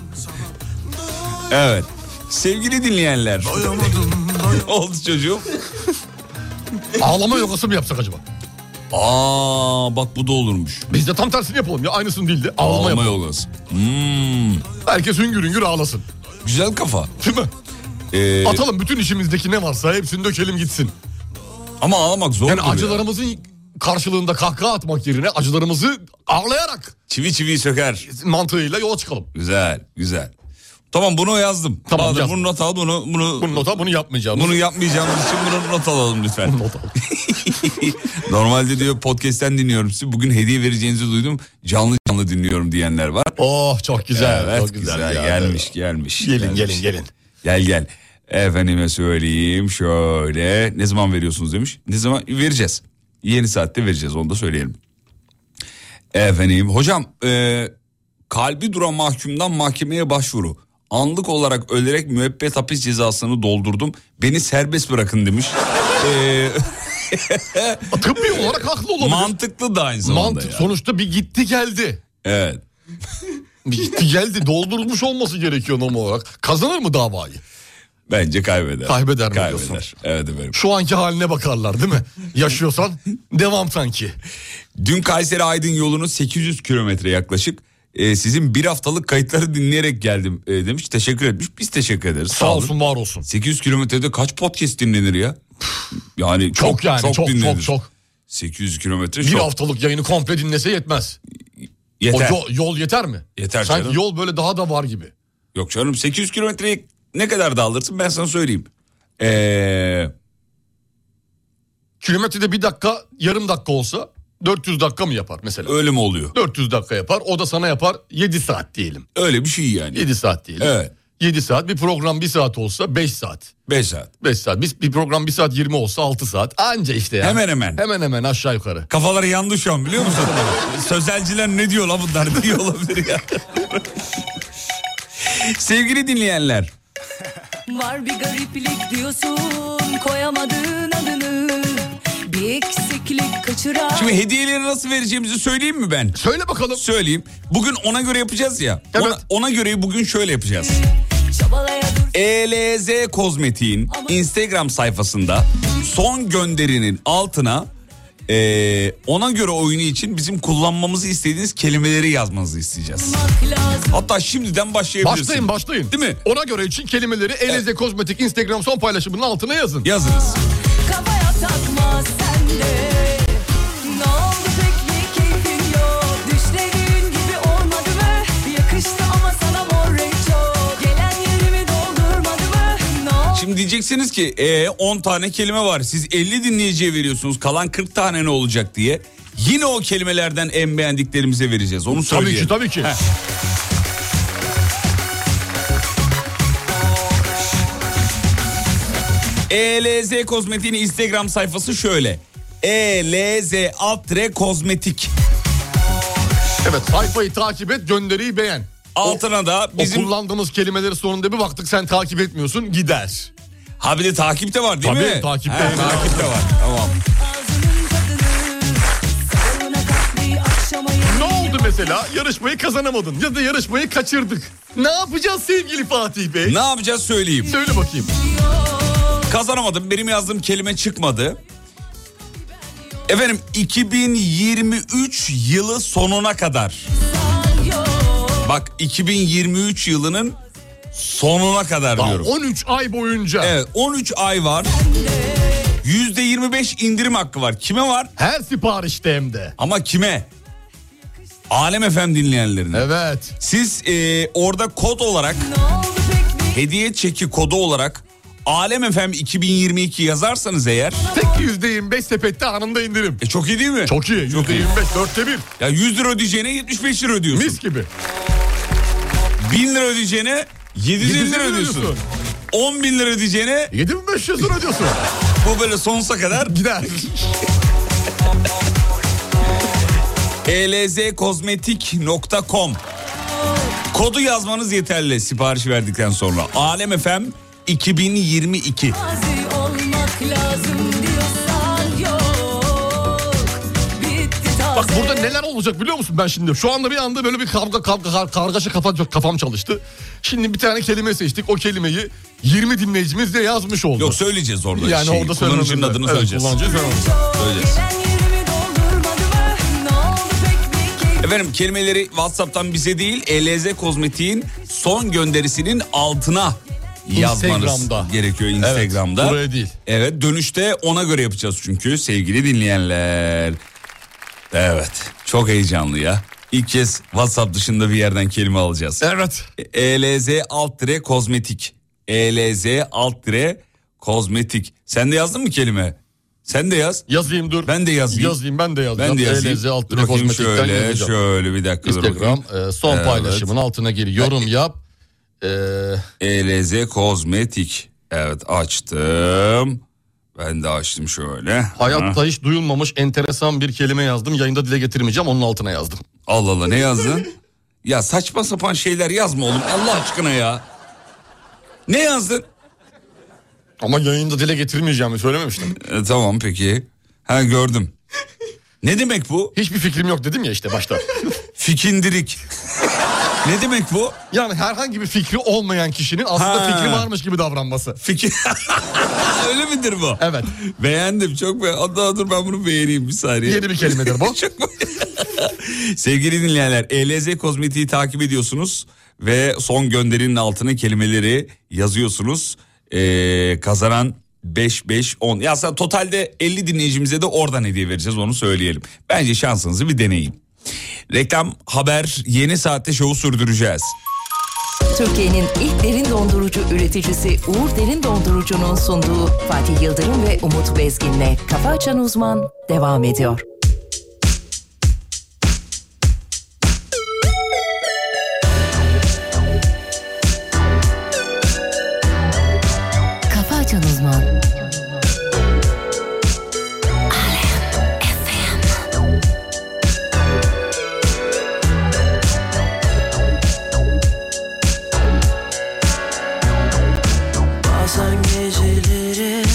B: Evet. Sevgili dinleyenler.
F: Doyamadım,
B: Ne oldu çocuğum?
C: Ağlama yogası mı yapsak acaba?
B: Aa bak bu da olurmuş.
C: Biz de tam tersini yapalım ya, aynısını değil de ağlama,
B: Ağlama
C: yapalım.
B: yogası. Hmm,
C: Herkes hüngür hüngür ağlasın.
B: güzel kafa.
C: Değil mi?
B: Ee,
C: Atalım bütün işimizdeki ne varsa hepsini dökelim gitsin.
B: ama ağlamak zor.
C: Yani acılarımızın karşılığında kahkaha atmak yerine acılarımızı ağlayarak
B: Çivi çiviyi söker.
C: mantığıyla yola çıkalım.
B: Güzel güzel. Tamam bunu yazdım.
C: Tamam,
B: Bahadır,
C: yaz.
B: bunu not al, bunu bunu
C: Bunu nota bunu yapmayacağız.
B: bunu yapmayacağımız için bunu not alalım lütfen.
C: Not al.
B: Normalde diyor podcast'ten dinliyorum sizi. Bugün hediye vereceğinizi duydum. Canlı canlı dinliyorum diyenler var.
C: Oh çok güzel.
B: Evet,
C: çok
B: güzel,
C: güzel. ya.
B: gelmiş gelmiş.
C: Gelin
B: gelmiş.
C: gelin gelin.
B: Gel gel. Efendime söyleyeyim şöyle. Ne zaman veriyorsunuz demiş. Ne zaman vereceğiz. Yeni saatte vereceğiz, onu da söyleyelim. Efendim hocam e, kalbi duran mahkumdan mahkemeye başvuru. Anlık olarak ölerek müebbet hapis cezasını doldurdum. Beni serbest bırakın demiş. Ee,
C: Tıbbi olarak haklı olabilir.
B: mantıklı da aynı zamanda.
C: Mantık
B: ya.
C: sonuçta bir gitti geldi.
B: Evet.
C: Bir gitti geldi, doldurulmuş olması gerekiyor normal olarak. Kazanır mı davayı?
B: Bence kaybeder.
C: Kaybeder mi
B: Kaybeder.
C: diyorsun?
B: Evet efendim.
C: Şu anki haline bakarlar değil mi? Yaşıyorsan devam sanki.
B: Dün Kayseri Aydın yolunu sekiz yüz kilometre yaklaşık. Ee, sizin bir haftalık kayıtları dinleyerek geldim e, demiş. Teşekkür etmiş. Biz teşekkür ederiz.
C: Sağ olsun, var olsun.
B: sekiz yüz kilometrede kaç podcast dinlenir ya? Yani çok
C: Çok yani çok çok
B: dinlenir.
C: çok.
B: sekiz yüz kilometre
C: Bir
B: çok.
C: haftalık yayını komple dinlese yetmez.
B: Yeter.
C: O yol, yol yeter mi?
B: Yeter
C: Sanki
B: canım.
C: yol böyle daha da var gibi.
B: Yok canım, sekiz yüz kilometreyi ne kadar da alırsın ben sana söyleyeyim. Eee...
C: Kilometrede bir dakika, yarım dakika olsa dört yüz dakika mı yapar mesela?
B: Öyle mi oluyor?
C: dört yüz dakika yapar. O da sana yapar yedi saat diyelim.
B: Öyle bir şey yani.
C: yedi saat diyelim.
B: Evet.
C: yedi saat, bir program bir saat olsa beş saat.
B: beş saat.
C: beş saat. Biz bir program bir saat yirmi olsa altı saat. Anca işte ya.
B: Hemen hemen.
C: Hemen hemen aşağı yukarı.
B: Kafaları yandı şu an biliyor musun? Sözelciler ne diyor la bunlar diyor olabilir ya. Sevgili dinleyenler.
D: Var bir gariplik diyorsun, koyamadığın adını, bir eksiklik kaçıran.
B: Şimdi hediyeleri nasıl vereceğimizi söyleyeyim mi ben?
C: Söyle bakalım.
B: Söyleyeyim. Bugün ona göre yapacağız ya.
C: Evet.
B: Ona, ona göre bugün şöyle yapacağız.
D: Çabalaya dur.
B: E L Z Kozmetik'in Instagram sayfasında son gönderinin altına e, ona göre oyunu için bizim kullanmamızı istediğiniz kelimeleri yazmanızı isteyeceğiz.
D: Lazım.
B: Hatta şimdiden başlayabilirsiniz.
C: Başlayın başlayın.
B: Değil mi?
C: Ona göre için kelimeleri E L Z Kozmetik Instagram son paylaşımının altına yazın.
B: Yazınız.
D: Kafaya takma sen de. Ne oldu pek bir keyfin yok? Düşlediğin gibi olmadı mı? Yakıştı ama sana mor renk çok. Gelen yerimi doldurmadı mı? Ne oldu?
B: Şimdi diyeceksiniz ki e, on tane kelime var. Siz elli dinleyiciye veriyorsunuz. Kalan kırk tane ne olacak diye. Yine o kelimelerden en beğendiklerimize vereceğiz. Onu
C: Tabii
B: söyleyelim.
C: ki tabii ki.
B: Heh. E L Z Kozmetik'in Instagram sayfası şöyle. E L Z Altre Kozmetik.
C: Evet, sayfayı takip et, gönderiyi beğen.
B: Altına da bizim...
C: O kullandığımız kelimeleri sonunda bir baktık sen takip etmiyorsun, gider.
B: Ha bir de takipte var değil
C: Tabii,
B: mi?
C: takipte.
B: He, takipte var. Tamam.
D: Ağzının tadını, salona katlayı akşama
C: Ne oldu mesela? Yarışmayı kazanamadın ya da yarışmayı kaçırdık. Ne yapacağız sevgili Fatih Bey?
B: Ne yapacağız söyleyeyim.
C: Söyle bakayım.
B: Kazanamadım. Benim yazdığım kelime çıkmadı. Efendim iki bin yirmi üç yılı sonuna kadar. Bak iki bin yirmi üç yılının sonuna kadar
C: Daha
B: diyorum.
C: on üç ay boyunca.
B: Evet on üç ay var. yüzde yirmi beş indirim hakkı var. Kime var?
C: Her siparişte hem de.
B: Ama kime? Alem F M dinleyenlerine.
C: Evet.
B: Siz e, orada kod olarak, hediye çeki kodu olarak Alem F M iki bin yirmi iki yazarsanız eğer.
C: Tek yüzde yirmi beş sepette anında indirim.
B: E çok iyi değil mi?
C: Çok iyi. Yüzde yirmi beş, dörtte bir.
B: Ya yüz lira ödeyeceğine yetmiş beş lira ödüyorsun.
C: Mis gibi.
B: bin lira ödeyeceğine yedi yüz elli lira ödüyorsun. on bin lira ödeyeceğine
C: yedi bin beş yüz lira ödüyorsun.
B: bu böyle sonsuza kadar
C: Gider.
B: e l z kozmetik nokta com kodu yazmanız yeterli sipariş verdikten sonra. Alem F M iki bin yirmi iki.
D: Gazi olmak lazım diyorsan yok. Bitti taze.
C: Bak burada neler olacak biliyor musun ben şimdi? Şu anda bir anda böyle bir kavga kavga kar, kargaşa kafa, kafam çalıştı. Şimdi bir tane kelime seçtik. O kelimeyi yirmi dinleyicimiz de yazmış oldu.
B: Yok söyleyeceğiz orada.
C: Yani
B: şey,
C: orada
B: kullanıcının
C: söylememiz-
B: adını
C: evet,
B: söyleyeceğiz.
C: kullanıcıyı söylememiz.
B: Söyleyeceğiz.
D: Gelen yerimi doldurmadı mı? Ne oldu pek bir keyif?
B: Efendim kelimeleri WhatsApp'tan bize değil E L Z Kozmetik'in son gönderisinin altına yazmanız
C: Instagram'da.
B: gerekiyor Instagram'da.
C: Evet, buraya değil.
B: Evet dönüşte ona göre yapacağız çünkü sevgili dinleyenler. Evet çok heyecanlı ya. İlk kez WhatsApp dışında bir yerden kelime alacağız.
C: Evet.
B: E L Z alt dire kozmetik. E L Z alt dire kozmetik. Sen de yazdın mı kelime? Sen de yaz.
C: Yazayım dur.
B: Ben de yazayım.
C: Yazayım ben de yazacağım.
B: Ben de yazayım.
C: E L Z alt
B: Dur
C: dire
B: bakayım
C: kozmetikten
B: şöyle
C: yazacağım.
B: şöyle bir dakika. dur
C: Instagram
B: bakayım.
C: e, son
B: Evet.
C: paylaşımın altına gir. Yorum yap. E,
B: E L Z kozmetik. Evet açtım. Ben de açtım şöyle.
C: hayatta
B: Ha.
C: hiç duyulmamış enteresan bir kelime yazdım. Yayında dile getirmeyeceğim. Onun altına yazdım.
B: Allah Allah ne yazdın? Ya saçma sapan şeyler yazma oğlum Allah aşkına ya. Ne yazdın?
C: Ama yayında dile getirmeyeceğimi söylememiştim.
B: E, tamam peki. Ha gördüm. Ne demek bu?
C: Hiçbir fikrim yok dedim ya işte başta.
B: Fikindirik. Ne demek bu?
C: Yani herhangi bir fikri olmayan kişinin aslında
B: Ha.
C: fikri varmış gibi davranması.
B: Fikir. Öyle midir bu?
C: Evet.
B: Beğendim çok beğendim. Hatta dur ben bunu beğeneyim bir saniye.
C: Yeni bir kelimedir bu.
B: Çok Sevgili dinleyenler E L Z Kozmetik'i takip ediyorsunuz ve son gönderinin altına kelimeleri yazıyorsunuz. Ee, kazanan beş beş on. Ya aslında totalde elli dinleyicimize de oradan hediye vereceğiz onu söyleyelim. Bence şansınızı bir deneyin. Reklam, haber, yeni saatte şovu sürdüreceğiz.
A: Türkiye'nin ilk derin dondurucu üreticisi Uğur Derin Dondurucu'nun sunduğu Fatih Yıldırım ve Umut Bezgin'le Kafa Açan Uzman devam ediyor. Kafa Açan Uzman.
E: Bazen geceleri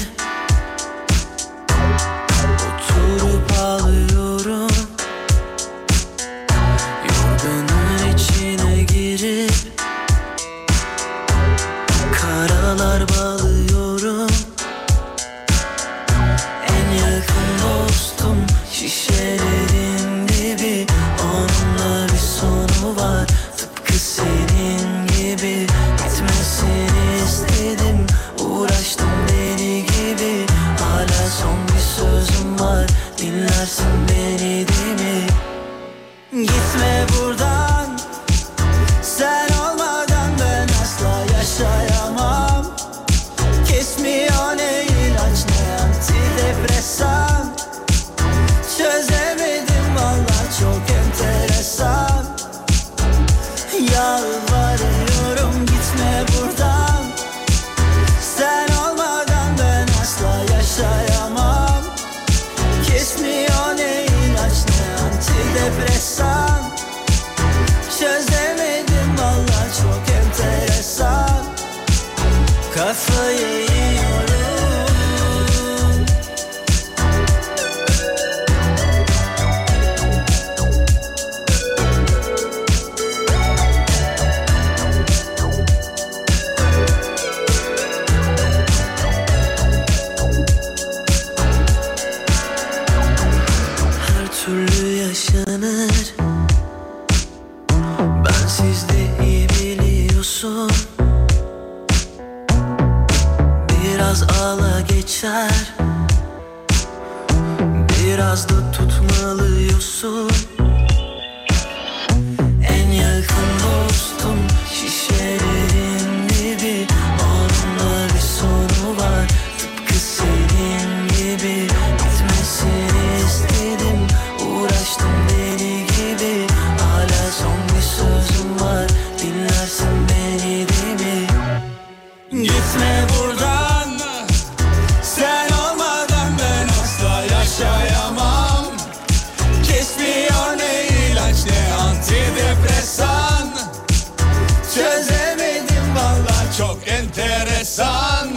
E: oturup ağlıyorum, yorganın içine girip karalar bağlıyorum. En yakın dostum şişelerin dibi, onunla bir sonu var tıpkı senin gibi. Gitmesini istedim, uğraştım deli gibi. Hala son bir sözüm var, dinlersin beni değil mi? Gitme buradan, sen olmadan ben asla yaşayamam. Kesmiyor ne ilaç ne antidepresan. Çözemedim valla, çok enteresan. Yalvarıyorum gitme buradan, sen olmadan ben asla yaşayamam. Kesmiyor ne ilaç ne antidepresan. Çözemedim valla, çok enteresan. Kafayı yiyorum. Her türlü yaşanır, ben sizde iyi biliyorsun. Biraz ağla geçer, biraz da tutmalıyorsun. En yakın dostum şişelerin dibi, onunla bir sonu var tıpkı senin gibi. Gitmesini istedim, uğraştım deli gibi. Hala son bir sözüm var, dinlersin beni değil mi? Gitme buradan, sen olmadan ben asla yaşayamam. Kesmiyor ne ilaç ne antidepresan. Çözemedim valla, çok enteresan.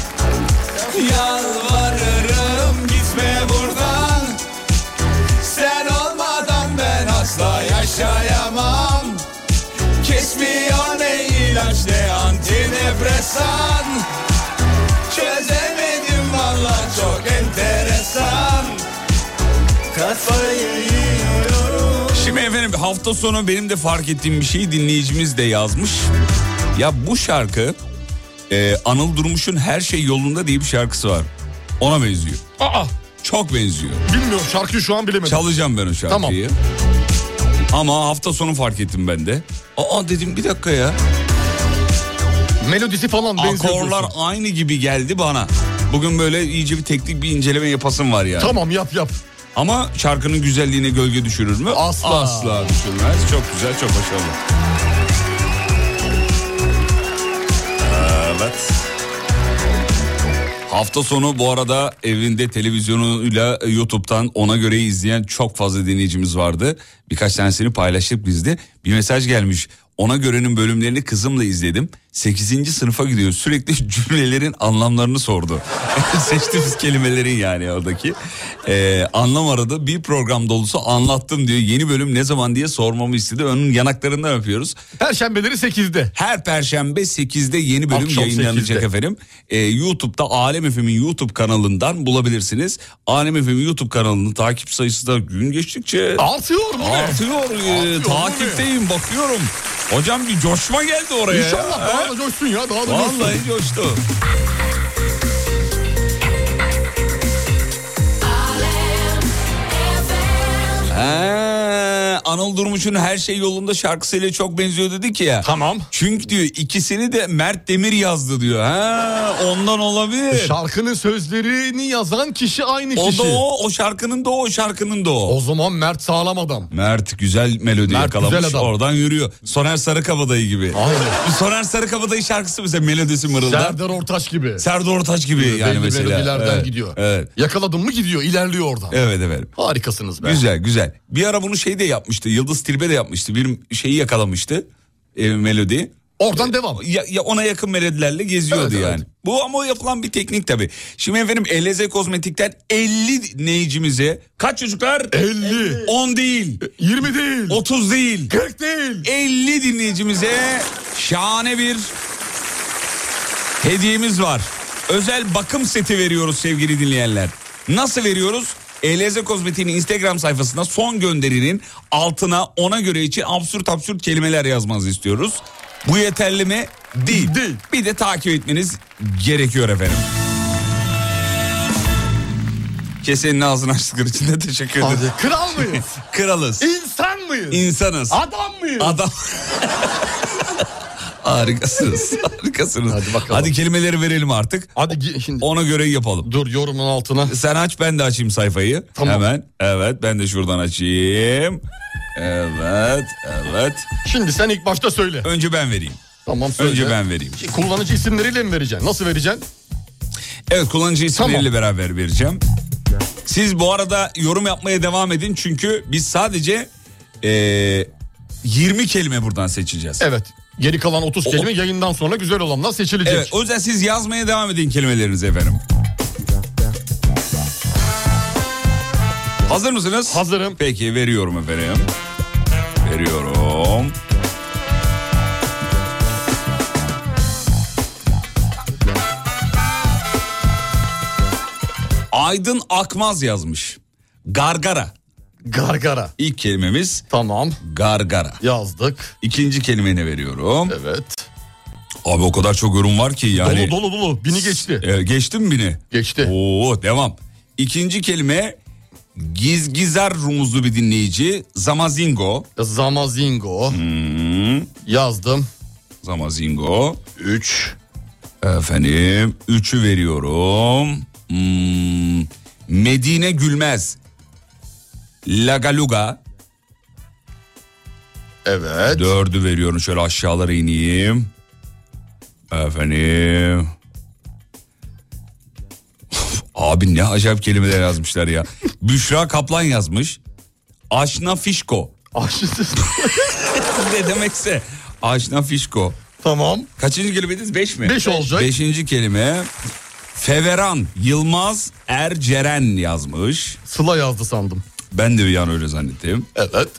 E: Yalvarırım gitme buradan, sen olmadan ben asla yaşayamam. Kesmiyor ne ilaç ne antidepresan. Çözemedim valla, çok enteresan. Kafayı yiyorum.
B: Şimdi efendim, hafta sonu benim de fark ettiğim bir şey dinleyicimiz de yazmış. Ya bu şarkı e, Anıl Durmuş'un Her Şey Yolunda diye bir şarkısı var. Ona benziyor.
C: Aa,
B: Çok benziyor.
C: bilmiyorum, şarkıyı şu an bilemedim.
B: Çalacağım ben o şarkıyı. Ama hafta sonu fark ettim ben de. Aa dedim, bir dakika ya.
C: Melodisi falan benziyor.
B: Akorlar
C: diyorsun.
B: aynı gibi geldi bana. Bugün böyle iyice bir teknik bir inceleme yapasım var yani.
C: Tamam, yap yap.
B: Ama şarkının güzelliğine gölge düşürür mü?
C: Asla.
B: Asla düşürmez. Çok güzel, çok başarılı. Evet. Hafta sonu bu arada evinde televizyonuyla YouTube'dan Ona Göre'yi izleyen çok fazla dinleyicimiz vardı. Birkaç tanesini paylaştık biz de. Bir mesaj gelmiş. Ona Göre'nin bölümlerini kızımla izledim. sekizinci sınıfa gidiyor. Sürekli cümlelerin anlamlarını sordu. Seçtiğimiz kelimelerin yani oradaki. Ee, anlam aradı. Bir program dolusu anlattım diyor. Yeni bölüm ne zaman diye sormamı istedi. Onun yanaklarından öpüyoruz.
C: Perşembeleri sekizde.
B: Her perşembe sekizde yeni bölüm
C: Akşam
B: yayınlanacak
C: sekizde.
B: efendim. Ee, YouTube'da Alem F M'in YouTube kanalından bulabilirsiniz. Alem F M'in YouTube kanalının takip sayısı da gün geçtikçe
C: Artıyor mu?
B: artıyor. Ee,
C: Artıyor,
B: takipteyim, bakıyorum. Hocam bir coşma geldi oraya.
C: İnşallah
B: ya.
C: daha da coşsun ya, daha da coşsun.
B: Vallahi coştu. He, Anıl Durmuş'un Her Şey Yolunda şarkısıyla çok benziyor dedik ya.
C: Tamam.
B: Çünkü diyor ikisini de Mert Demir yazdı diyor. Ha, ondan olabilir.
C: Şarkının sözlerini yazan kişi aynı
B: O
C: kişi.
B: da o, o şarkının da o, o şarkının da o.
C: O zaman Mert sağlam adam.
B: Mert güzel melodi
C: Mert
B: yakalamış,
C: güzel adam.
B: oradan yürüyor. Soner Sarıkabadayı gibi.
C: Aynen.
B: Soner Sarıkabadayı şarkısı mesela melodisi mırıldan.
C: Serdar Ortaç gibi.
B: Serdar Ortaç gibi yani
C: Belli
B: mesela.
C: melodilerden
B: Evet,
C: gidiyor.
B: Evet.
C: Yakaladın mı gidiyor, ilerliyor oradan.
B: Evet evet.
C: Harikasınız be.
B: Güzel güzel. Bir ara bunu şey de yapmıştı. Yıldız Tilbe de yapmıştı. Bir şeyi yakalamıştı. E, melodi.
C: Oradan devam.
B: Ya, ya ona yakın melodilerle geziyordu
C: Evet,
B: yani.
C: evet.
B: Bu ama o yapılan bir teknik tabii. Şimdi efendim L Z Kozmetik'ten elli dinleyicimize kaç çocuklar?
C: elli.
B: on değil.
C: yirmi değil.
B: otuz değil.
C: kırk değil.
B: elli dinleyicimize şahane bir hediyemiz var. Özel bakım seti veriyoruz sevgili dinleyenler. Nasıl veriyoruz? L Z Kozmetik'in Instagram sayfasında son gönderinin altına ona göre için absürt absürt kelimeler yazmanızı istiyoruz. Bu yeterli mi? Değil.
C: Değil.
B: Bir de takip etmeniz gerekiyor efendim. Kesenin ağzını açtıkları için de teşekkür ederim.
C: Hadi. Kral mıyız?
B: Kralız.
C: İnsan mıyız?
B: İnsanız.
C: Adam mıyız?
B: Adam. Harikasınız. Harikasınız.
C: Hadi bakalım.
B: Hadi kelimeleri verelim artık.
C: Hadi gi- şimdi
B: Ona göre yapalım.
C: dur yorumun altına.
B: Sen aç, ben de açayım sayfayı.
C: Tamam.
B: Hemen. Evet, ben de şuradan açayım. Evet, evet.
C: Şimdi sen ilk başta söyle.
B: Önce ben vereyim.
C: Tamam söyle.
B: Önce ben vereyim.
C: Şimdi kullanıcı isimleriyle mi vereceksin? Nasıl vereceksin?
B: Evet, kullanıcı isimleriyle
C: Tamam.
B: beraber vereceğim. Siz bu arada yorum yapmaya devam edin. Çünkü biz sadece e, yirmi kelime buradan seçeceğiz.
C: Evet. Geri kalan otuz
B: O-
C: kelime yayından sonra güzel olanlar seçilecek.
B: Evet, o yüzden siz yazmaya devam edin kelimelerinizi efendim. Hazır mısınız?
C: Hazırım.
B: Peki, veriyorum efendim. Veriyorum. Aydın Akmaz yazmış. Gargara.
C: Gargara.
B: İlk kelimemiz
C: Tamam.
B: gargara.
C: Yazdık.
B: İkinci kelimeni veriyorum.
C: Evet.
B: Abi o kadar çok yorum var ki yani.
C: Dolu dolu dolu. Bini geçti.
B: E, geçti mi bini?
C: Geçti.
B: Oo, devam. İkinci kelime Gizgizar rumuzlu bir dinleyici. Zamazingo.
C: Zamazingo.
B: Hmm,
C: Yazdım.
B: Zamazingo.
C: üç.
B: Efendim üçü veriyorum. Hmm, Medine Gülmez. Lagaluga.
C: Evet.
B: Dördü veriyorum, şöyle aşağılara ineyim. Efendim. Abi ne acayip kelimeler yazmışlar ya. Büşra Kaplan yazmış. Aşna Fişko.
C: Aşısız.
B: Ne demekse. Aşna Fişko.
C: Tamam.
B: Kaçıncı kelimeniz? Beş mi?
C: Beş olacak.
B: Beşinci kelime. Feveran Yılmaz Erceren yazmış.
C: Sıla yazdı sandım.
B: Ben de bir an öyle zannettim.
C: Evet.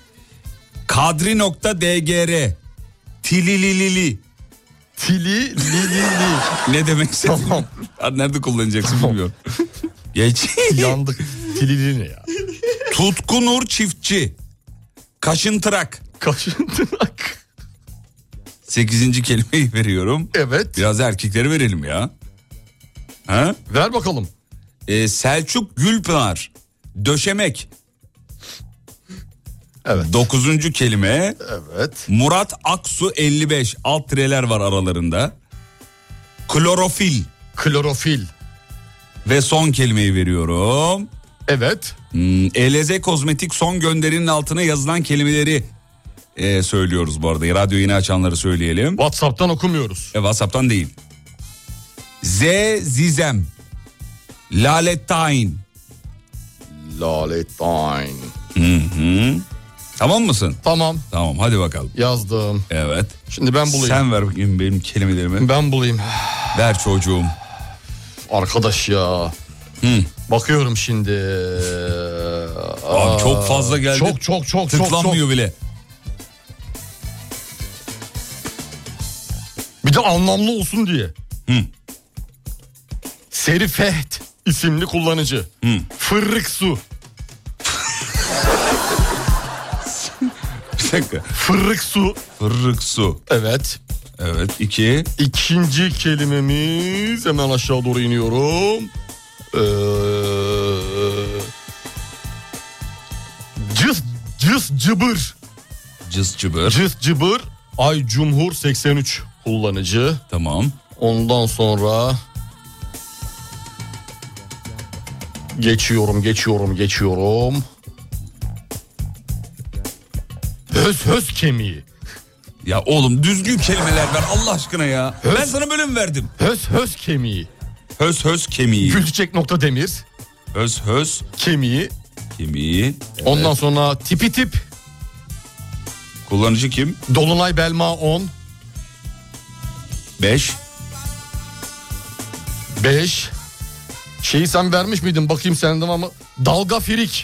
B: Kadri.dgr. Tilililili.
C: Tili li li li.
B: Ne demekse.
C: Tamam.
B: Nerede kullanacaksın bilmiyorum. Geç.
C: Yandık. Tili li ne ya?
B: Tutku Nur Çiftçi. Kaşıntırak.
C: Kaşıntırak.
B: Sekizinci kelimeyi veriyorum.
C: Evet.
B: Biraz erkekleri verelim ya. Ha?
C: Ver bakalım.
B: Ee, Selçuk Gülpınar. Döşemek.
C: Evet.
B: Dokuzuncu kelime.
C: Evet.
B: Murat Aksu elli beş. Alt tireler var aralarında. Klorofil.
C: Klorofil.
B: Ve son kelimeyi veriyorum.
C: Evet.
B: Hmm, L Z Kozmetik son gönderinin altına yazılan kelimeleri e, söylüyoruz bu arada. Radyo yeni açanları söyleyelim.
C: WhatsApp'tan okumuyoruz.
B: E, WhatsApp'tan değil. Z Zizem. Lalettayn.
C: Lalettayn.
B: Hı hı. Tamam mısın?
C: Tamam.
B: Tamam, hadi bakalım.
C: Yazdım.
B: Evet.
C: Şimdi ben bulayım.
B: Sen ver bakayım benim kelimelerimi.
C: Ben bulayım.
B: Ver çocuğum.
C: Arkadaş ya.
B: Hı.
C: Bakıyorum şimdi.
B: Abi çok fazla geldi.
C: Çok çok çok çok
B: Tıklanmıyor
C: çok.
B: bile.
C: Bir de anlamlı olsun diye.
B: Hı.
C: Serifeht isimli kullanıcı.
B: Hı.
C: Fırrık su.
B: Bir dakika.
C: Fırrık su.
B: Fırrık su.
C: Evet.
B: Evet, iki.
C: İkinci kelimemiz, hemen aşağı doğru iniyorum. Ee, cız cız cıbır.
B: Cız cıbır.
C: Cız cıbır. Ay Cumhur seksen üç kullanıcı.
B: Tamam.
C: Ondan sonra geçiyorum, geçiyorum, geçiyorum. Höz höz kemiği.
B: Ya oğlum düzgün kelimeler ver Allah aşkına ya.
C: Höz.
B: Ben sana böyle mi verdim?
C: Höz höz kemiği.
B: Höz höz kemiği.
C: Gülçiçek nokta demir.
B: Höz höz
C: Kemiği.
B: kemiği. Evet.
C: Ondan sonra tipi tip.
B: Kullanıcı kim?
C: Dolunay Belma on.
B: beş.
C: beş. Şeyi sen vermiş miydin bakayım senden ama. Dalga Firik.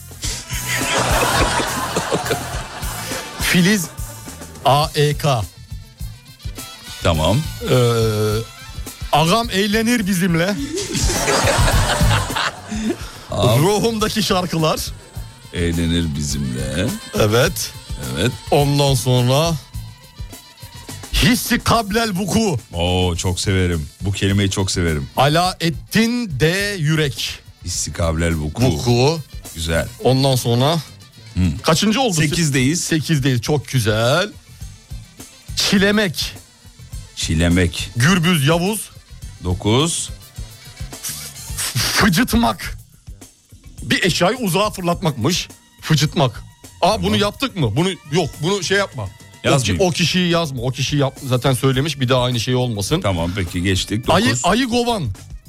C: Filiz A E K.
B: Tamam.
C: Ee, Ağam eğlenir bizimle. Ruhumdaki şarkılar.
B: Eğlenir bizimle.
C: Evet.
B: Evet.
C: Ondan sonra hissi kablel vuku.
B: Oo çok severim. Bu kelimeyi çok severim.
C: Ala ettin de yürek.
B: İstikablel vuku.
C: Vuku.
B: Güzel.
C: Ondan sonra
B: Hı.
C: kaçıncı oldu?
B: Sekizdeyiz.
C: Sekizdeyiz. Çok güzel. Çilemek.
B: Çilemek.
C: Gürbüz Yavuz.
B: Dokuz.
C: Fıcıtmak. Bir eşyayı uzağa fırlatmakmış. Fıcıtmak. Aa bunu yaptık mı? Bunu yok. Bunu şey yapma.
B: Yazmayayım.
C: O, o kişiyi yazma. O kişiyi yap, zaten söylemiş. Bir daha aynı şey olmasın.
B: Tamam peki geçtik. Dokuz.
C: Ayı, ayı kovan.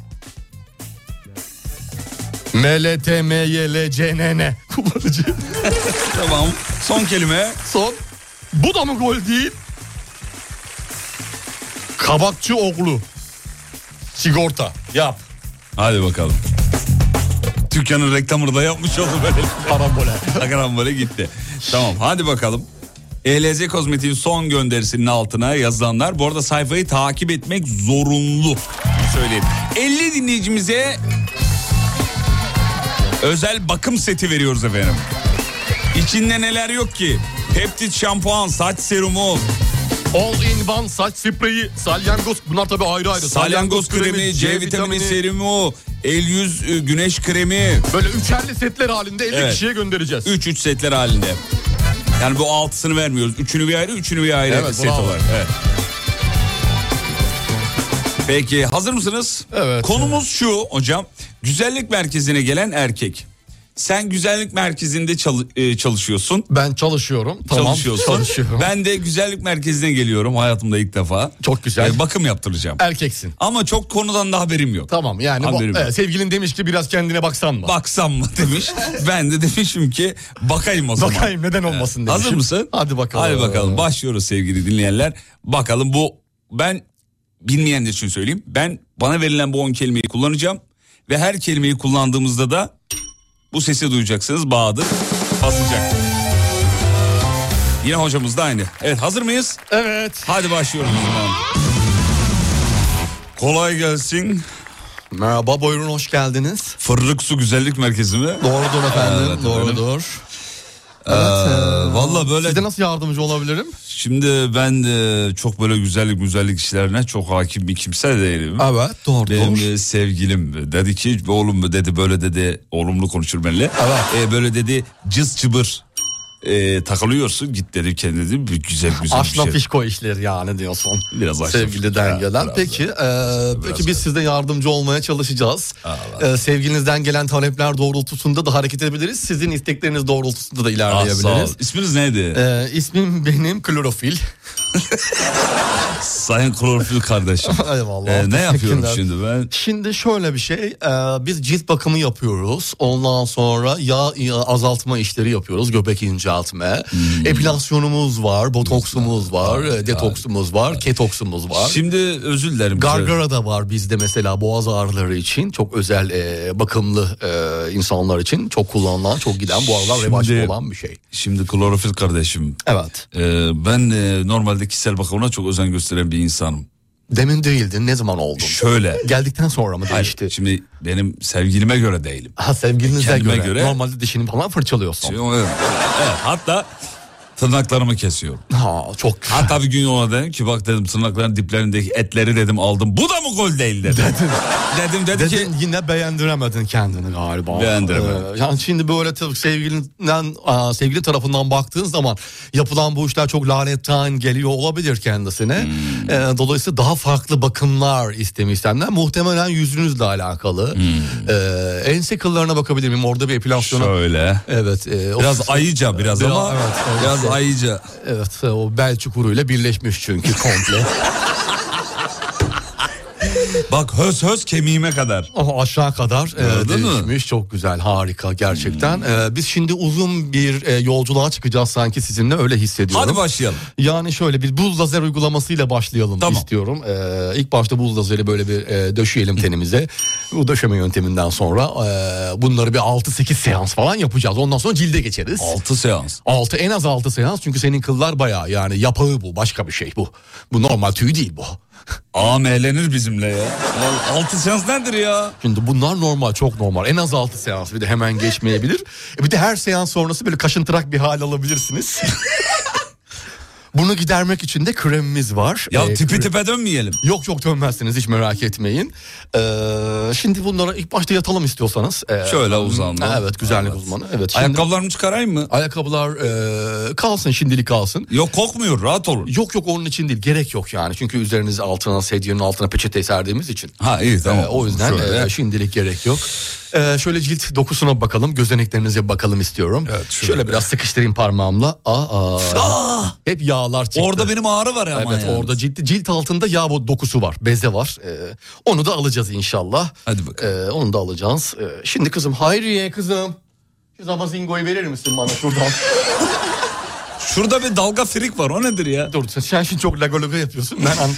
C: M L T M Y L C N N kullanıcı.
B: Tamam. Son kelime.
C: Son. Bu da mı gol değil? Kabakçı oğlu. Sigorta. Yap.
B: Hadi bakalım. Dükkanın reklamını da yapmış oldu böyle.
C: Karambole.
B: Karambole gitti. Tamam hadi bakalım. E L Z Kozmetik'in son gönderisinin altına yazılanlar. Bu arada sayfayı takip etmek zorunlu. Söyleyeyim. elli dinleyicimize özel bakım seti veriyoruz efendim. İçinde neler yok ki? Peptit şampuan, saç serumu,
C: All in one saç spreyi, salyangoz. Bunlar tabii ayrı ayrı.
B: salyangoz kremi, C vitamini serumu, el yüz e, güneş kremi.
C: Böyle üçerli setler halinde elli
B: Evet.
C: kişiye göndereceğiz.
B: üç üç setler halinde. Yani bu altısını vermiyoruz. Üçünü bir ayrı, üçünü bir ayrı
C: Evet,
B: set
C: bravo.
B: olarak. Evet. Peki hazır mısınız?
C: Evet.
B: Konumuz şu hocam. Güzellik merkezine gelen erkek. Sen güzellik merkezinde çalı- e, çalışıyorsun.
C: Ben çalışıyorum. Tamam.
B: Çalışıyorsun.
C: Çalışıyorum.
B: Ben de güzellik merkezine geliyorum hayatımda ilk defa.
C: Çok güzel.
B: E, bakım yaptıracağım.
C: Erkeksin.
B: Ama çok konudan da haberim yok.
C: Tamam yani
B: Haberim
C: bu,
B: yok.
C: e, sevgilin demiş ki biraz kendine baksan mı?
B: Baksam mı demiş. Ben de demişim ki bakayım o zaman.
C: Bakayım neden olmasın demişim.
B: Hazır mısın?
C: Hadi bakalım.
B: Hadi bakalım. Başlıyoruz sevgili dinleyenler. Bakalım bu ben bilmeyenler için söyleyeyim. Ben bana verilen bu on kelimeyi kullanacağım. Ve her kelimeyi kullandığımızda da bu sesi duyacaksınız. Bahadır basacak. Yine hocamız da aynı. Evet hazır mıyız?
C: Evet.
B: Hadi başlıyoruz o zaman. Kolay gelsin.
C: Merhaba, buyurun, hoş geldiniz.
B: Fırrık Su Güzellik Merkezi mi?
C: Doğrudur efendim,
B: Evet,
C: doğrudur.
B: Ee, Valla böyle
C: Size nasıl yardımcı olabilirim?
B: şimdi ben de çok böyle güzellik güzellik işlerine çok hakim bir kimse değilim.
C: Evet, doğrudur.
B: Benim e, sevgilim dedi ki oğlum dedi böyle dedi olumlu konuşur benimle.
C: Evet.
B: E, böyle dedi cız çıbır e, takılıyorsun git dedi kendine dedi bir güzel güzel
C: Aşna
B: bir şey.
C: fişko işleri yani diyorsun.
B: Biraz aşna
C: Sevgili
B: fişko.
C: dengeler.
B: Biraz
C: Peki,
B: da.
C: e, peki biz size yardımcı olmaya çalışacağız. E, sevgilinizden gelen talepler doğrultusunda da hareket edebiliriz. Sizin istekleriniz doğrultusunda da
B: Ah, sağ ol.
C: ilerleyebiliriz.
B: İsminiz neydi?
C: E, ismim benim Klorofil.
B: Sayın Klorofil kardeşim.
C: Eyvallah.
B: E, ne yapıyorum
C: teşekkürler.
B: şimdi ben?
C: Şimdi şöyle bir şey, e, biz cilt bakımı yapıyoruz. Ondan sonra yağ yağ azaltma işleri yapıyoruz, göbek inceltme.
B: Hmm.
C: Epilasyonumuz var, botoksumuz var, e, detoksumuz var, ketoksumuz var.
B: Şimdi özür dilerim.
C: Gargara da var bizde mesela boğaz ağrıları için, çok özel e, bakımlı e, insanlar için çok kullanılan, çok giden, bu aralar
B: Şimdi-
C: revaçta olan bir şey.
B: Şimdi Klorofil kardeşim.
C: Evet.
B: e, ben e, normalde kişisel bakımına çok özen gösteren bir insanım.
C: Demin değildin, ne zaman oldun?
B: Şöyle.
C: Geldikten sonra mı
B: Hayır,
C: değişti?
B: şimdi benim sevgilime göre değilim.
C: Ha, sevgilinize
B: kendime
C: göre.
B: göre-
C: Normalde dişini falan fırçalıyorsun.
B: Evet, hatta Tırnaklarımı kesiyorum.
C: Ha çok güzel.
B: Hatta bir gün ona dedim ki bak dedim tırnakların diplerindeki etleri dedim aldım. Bu da mı gol değil dedim.
C: Dedim.
B: Dedim dedi ki.
C: Dedin, yine beğendiremedin kendini galiba.
B: Beğendiremedim.
C: Ee, yani şimdi böyle tabii sevgilinden, aa, sevgili tarafından baktığın zaman yapılan bu işler çok lanetten geliyor olabilir kendisine. Hmm. Ee, dolayısıyla daha farklı bakımlar istemiş senden. Muhtemelen yüzünüzle alakalı. Hmm. Ee, ense kıllarına bakabilir miyim? Orada bir epilasyona.
B: Şöyle.
C: Evet. E,
B: biraz
C: o,
B: ayıca biraz, biraz ama.
C: Evet, evet,
B: biraz
C: evet.
B: ayıca.
C: Evet, o bel çukuruyla birleşmiş çünkü komple.
B: Bak höz höz kemiğime kadar.
C: Aha, aşağı kadar e, değişmiş.
B: Mi?
C: Çok güzel, harika gerçekten. Hmm. E, biz şimdi uzun bir e, yolculuğa çıkacağız sanki sizinle, öyle hissediyorum.
B: Hadi başlayalım.
C: Yani şöyle bir buz lazer uygulamasıyla başlayalım
B: tamam.
C: istiyorum. E, ilk başta buz lazeri böyle bir e, döşeyelim tenimize. Bu döşeme yönteminden sonra e, bunları bir altı sekiz seans falan yapacağız. Ondan sonra cilde geçeriz.
B: altı seans.
C: altı en az altı seans, çünkü senin kıllar bayağı yani yapağı bu, başka bir şey bu. Bu normal tüy değil bu.
B: Amelenir bizimle ya. altı seans nedir ya?
C: Şimdi bunlar normal, çok normal. En az altı seans, bir de hemen geçmeyebilir. E bir de her seans sonrası böyle kaşıntırak bir hal alabilirsiniz. Bunu gidermek için de kremimiz var.
B: Ya
C: ee,
B: tipi
C: krem...
B: tipe dönmeyelim.
C: Yok yok dönmezsiniz, hiç merak etmeyin. Ee, şimdi bunlara ilk başta yatalım istiyorsanız. Ee,
B: Şöyle uzanma.
C: Evet, güzellik evet. uzmanı. Evet. Şimdi...
B: Ayakkabılarımı çıkarayım mı?
C: Ayakkabılar e, kalsın, şimdilik kalsın.
B: Yok kokmuyor, rahat olun.
C: Yok yok onun için değil, gerek yok yani. Çünkü üzeriniz altına, sedyenin altına peçete serdiğimiz için.
B: Ha iyi tamam.
C: Ee, o yüzden e, şimdilik gerek yok. Ee, şöyle cilt dokusuna bakalım, gözeneklerinize bakalım istiyorum. Evet, şöyle, şöyle biraz sıkıştırayım parmağımla. Aa, aa. Hep yağlar çıktı.
B: Orada benim ağrı var ama.
C: Evet,
B: yani.
C: orada cilt, cilt altında yağ dokusu var, beze var. Ee, onu da alacağız inşallah.
B: Hadi bakalım.
C: Ee, onu da alacağız. Ee, şimdi kızım, Hayriye kızım. Şu zamazingoyu verir misin bana şuradan?
B: Şurada bir dalga frik var, o nedir ya?
C: Dur sen şimdi çok lagologa yapıyorsun. Ben an...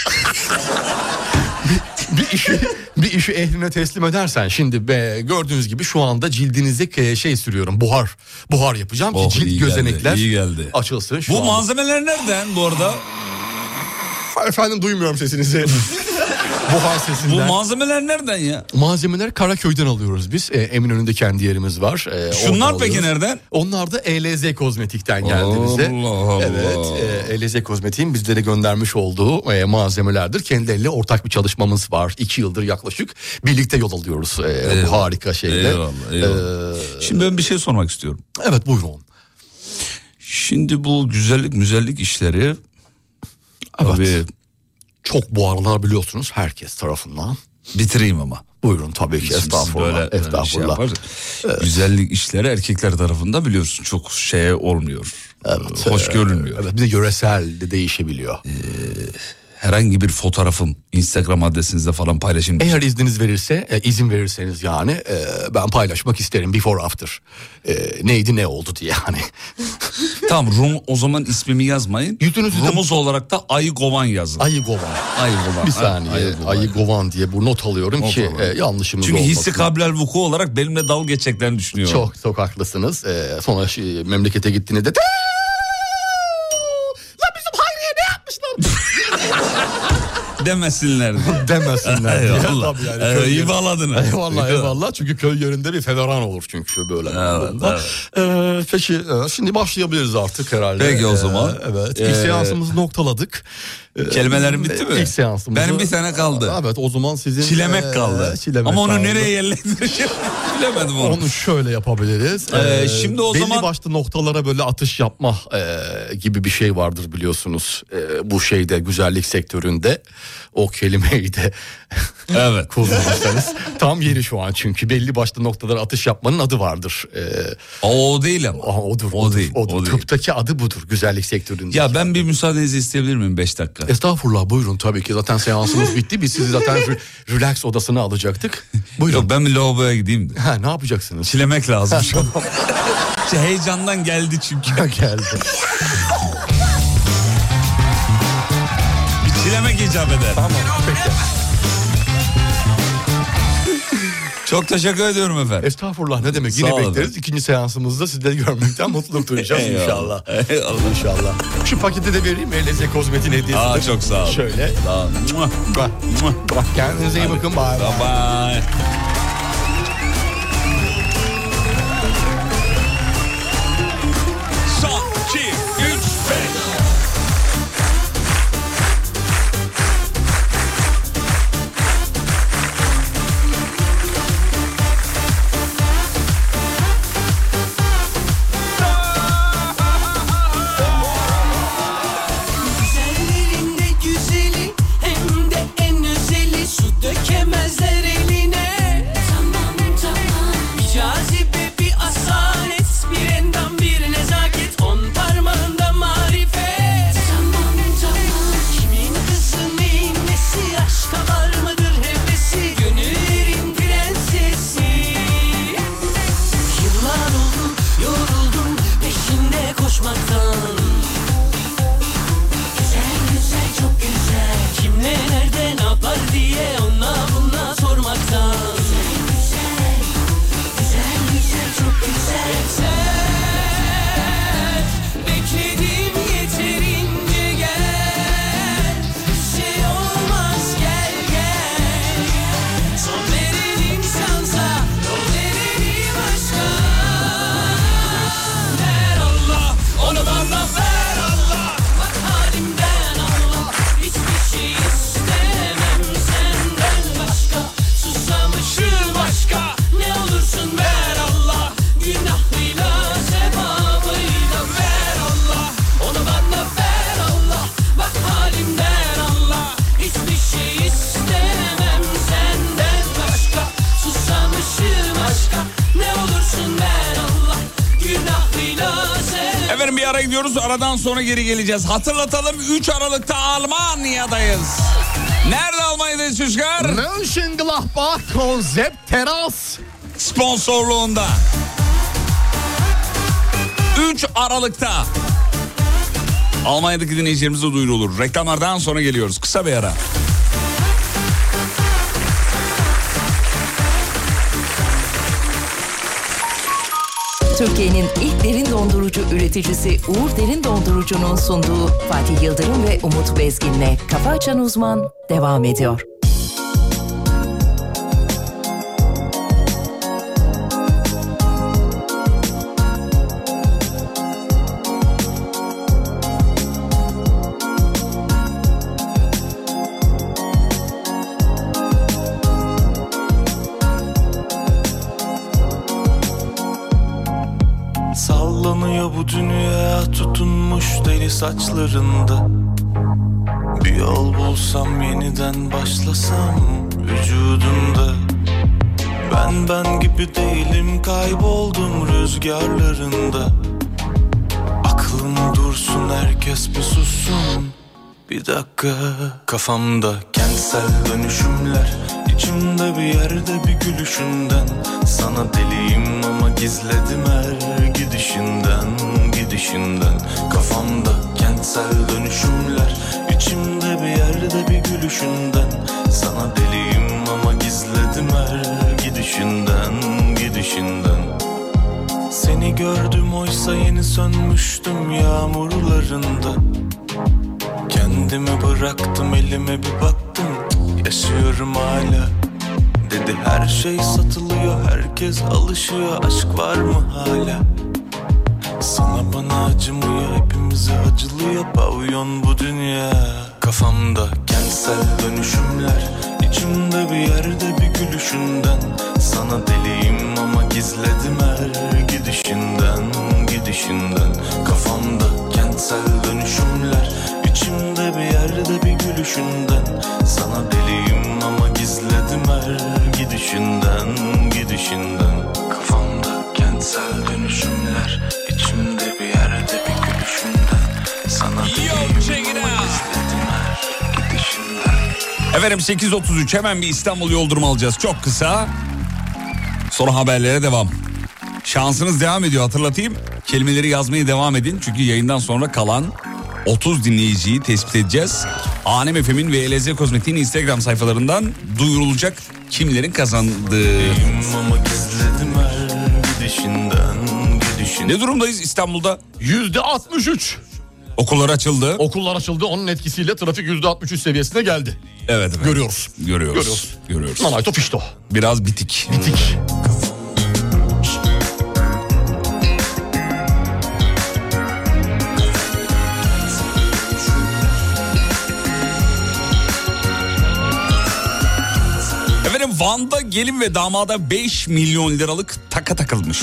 C: bir, bir işi bir işi ehline teslim edersen, şimdi be, gördüğünüz gibi şu anda cildinize şey sürüyorum, buhar buhar yapacağım
B: oh,
C: ki cilt gözenekler
B: geldi, iyi geldi.
C: açılsın. Şu
B: bu
C: anda.
B: Malzemeler nereden bu arada?
C: Efendim duymuyorum sesinizi. Buhar sesinden.
B: Bu malzemeler nereden ya?
C: Malzemeler Karaköy'den alıyoruz biz. E, Eminönü'nde kendi yerimiz var. E,
B: Şunlar peki nereden?
C: Onlar da E L Z Kozmetik'ten geldi
B: Allah
C: bize.
B: Allah.
C: Evet, e, E L Z Kozmetik'in bizlere göndermiş olduğu e, malzemelerdir. Kendileriyle ortak bir çalışmamız var. İki yıldır yaklaşık birlikte yol alıyoruz e, bu harika şeyle.
B: Eyvallah, eyvallah. Ee, Şimdi ben bir şey sormak istiyorum.
C: Evet buyurun.
B: Şimdi bu güzellik müzellik işleri...
C: Evet.
B: Tabii,
C: çok bu aralar biliyorsunuz herkes tarafından.
B: Bitireyim ama.
C: Buyurun tabii ki, estağfurullah.
B: Böyle,
C: estağfurullah.
B: Şey evet. Güzellik işleri erkekler tarafında biliyorsun çok şey olmuyor. Evet, hoş e, görünmüyor.
C: Evet, bir de yöresel de değişebiliyor.
B: Ee, herhangi bir fotoğrafım Instagram adresinizde falan paylaşayım.
C: Eğer izniniz verirse, e, izin verirseniz yani e, ben paylaşmak isterim before after. E, neydi ne oldu diye yani.
B: Tamam, Rum o zaman ismimi yazmayın.
C: Yüzünüzü
B: Rumuz de... olarak da Ayı Govan yazın.
C: Ayı Govan.
B: Ayı Govan.
C: Bir saniye. Ayı Govan, Ayı Govan diye bu not alıyorum not ki e, yanlışımız
B: Çünkü
C: olmasın.
B: hissi kablel vuku olarak benimle dalga geçeceklerini düşünüyorum.
C: Çok çok haklısınız. E, sonra şey, memlekete gittiğinizde de lan bizim Hayriye ne yapmışlar?
B: Demesinler diye.
C: Demesinler diye.
B: Eyvallah.
C: Tabii yani,
B: ee, iyi bağladın.
C: Eyvallah eyvallah. Çünkü köy yerinde bir federan olur çünkü böyle.
B: Evet, evet.
C: Ee, peki şimdi başlayabiliriz artık herhalde.
B: Peki o zaman.
C: Ee, evet.
B: Ee,
C: İlk seansımızı noktaladık.
B: Kelimelerim bitti mi?
C: İlk seansımızı.
B: Benim bir tane kaldı.
C: Evet o zaman sizin.
B: Çilemek e, kaldı.
C: Çilemek
B: Ama onu
C: kaldı.
B: nereye yerleştireceğim bilemedim onu.
C: Onu şöyle yapabiliriz.
B: Ee, ee, şimdi o
C: belli
B: zaman.
C: Belli başlı noktalara böyle atış yapma e, gibi bir şey vardır biliyorsunuz. E, bu şeyde, güzellik sektöründe. O kelimeyi de
B: evet.
C: kullanırsanız tam yeri şu an, çünkü belli başlı noktalara atış yapmanın adı vardır. Ee,
B: o değil ama.
C: Aha, odur,
B: o
C: odur,
B: değil.
C: odur.
B: O değil.
C: Tıptaki adı budur, güzellik sektöründe.
B: Ya ben bir müsaadenizi isteyebilir miyim beş dakika?
C: Estağfurullah buyurun, tabii ki zaten seansımız bitti. Biz sizi zaten relax odasına alacaktık. Buyurun.
B: Yok ben bir lavaboya gideyim de.
C: Ha, ne yapacaksınız?
B: Çilemek lazım şu an. İşte heyecandan geldi çünkü.
C: Geldi.
B: Çilemek icap eder.
C: Tamam peki.
B: Çok teşekkür ediyorum efendim.
C: Estağfurullah, ne demek, yine
B: sağ
C: bekleriz.
B: olun.
C: İkinci seansımızda sizleri görmekten mutluluk duyacağız inşallah.
B: Eyvallah.
C: İnşallah. Şu paketi de vereyim, E L Z Kozmetik'in hediyesi.
B: Aa, çok sağ olun.
C: Şöyle.
B: Sağ olun.
C: Bak, bak, kendinize iyi bakın. Bye bye.
B: Bye. Son, iki, Efendim bir ara gidiyoruz. Aradan sonra geri geleceğiz. Hatırlatalım, üç Aralık'ta Almanya'dayız. Nerede Almanya'dayız çocuklar?
C: Mönchengladbach Konzept Teras
B: Sponsorluğunda. üç Aralık'ta. Almanya'daki dinleyicilerimize duyurulur. Reklamlardan sonra geliyoruz. Kısa bir ara.
A: Türkiye'nin ilk derin dondurucu üreticisi Uğur Derin Dondurucu'nun sunduğu Fatih Yıldırım ve Umut Bezgin'le Kafa Açan Uzman devam ediyor.
F: Sallanıyor bu dünya tutunmuş deli saçlarında. Bir yol bulsam yeniden başlasam vücudumda. Ben ben gibi değilim, kayboldum rüzgarlarında. Aklım dursun, herkes bir sussun. Bir dakika, kafamda kentsel dönüşümler. İçimde bir yerde bir gülüşünden. Sana deliyim ama gizledim her gidişinden, gidişinden. Kafamda kentsel dönüşümler. İçimde bir yerde bir gülüşünden. Sana deliyim ama gizledim her gidişinden, gidişinden. Seni gördüm oysa yeni sönmüştüm yağmurlarında. Kendimi bıraktım, elime bir baktım, yaşıyorum hala. Dedi her şey satılıyor, herkes alışıyor, aşk var mı hala? Sana bana acımıyor, hepimize acılıyor, pavyon bu dünya. Kafamda kentsel dönüşümler. İçimde bir yerde bir gülüşünden. Sana deliyim ama gizledim her gidişinden, gidişinden. Kafamda kentsel dönüşümler. İçimde bir yerde bir gülüşünden. Sana deliyim ama gizledim her gidişinden, gidişinden. Kafamda kentsel dönüşümler. İçimde bir yerde bir gülüşünden. Sana deliyim ama gizledim her gidişinden.
B: Efendim sekiz otuz üç, hemen bir İstanbul yol durumu alacağız. Çok kısa. Sonra haberlere devam. Şansınız devam ediyor, hatırlatayım. Kelimeleri yazmaya devam edin. Çünkü yayından sonra kalan otuz dinleyiciyi tespit edeceğiz. Alem F M'in ve L Z Kozmetik'in Instagram sayfalarından duyurulacak kimlerin kazandığı. Ne durumdayız İstanbul'da?
C: yüzde altmış üç.
B: Okullar açıldı.
C: Okullar açıldı, onun etkisiyle trafik yüzde altmış üç seviyesine geldi.
B: Evet efendim.
C: Görüyoruz.
B: Görüyoruz.
C: Görüyoruz.
B: Görüyoruz.
C: Nanayto fişto.
B: Biraz bitik.
C: Bitik.
B: Efendim Van'da gelin ve damada beş milyon liralık taka takılmış.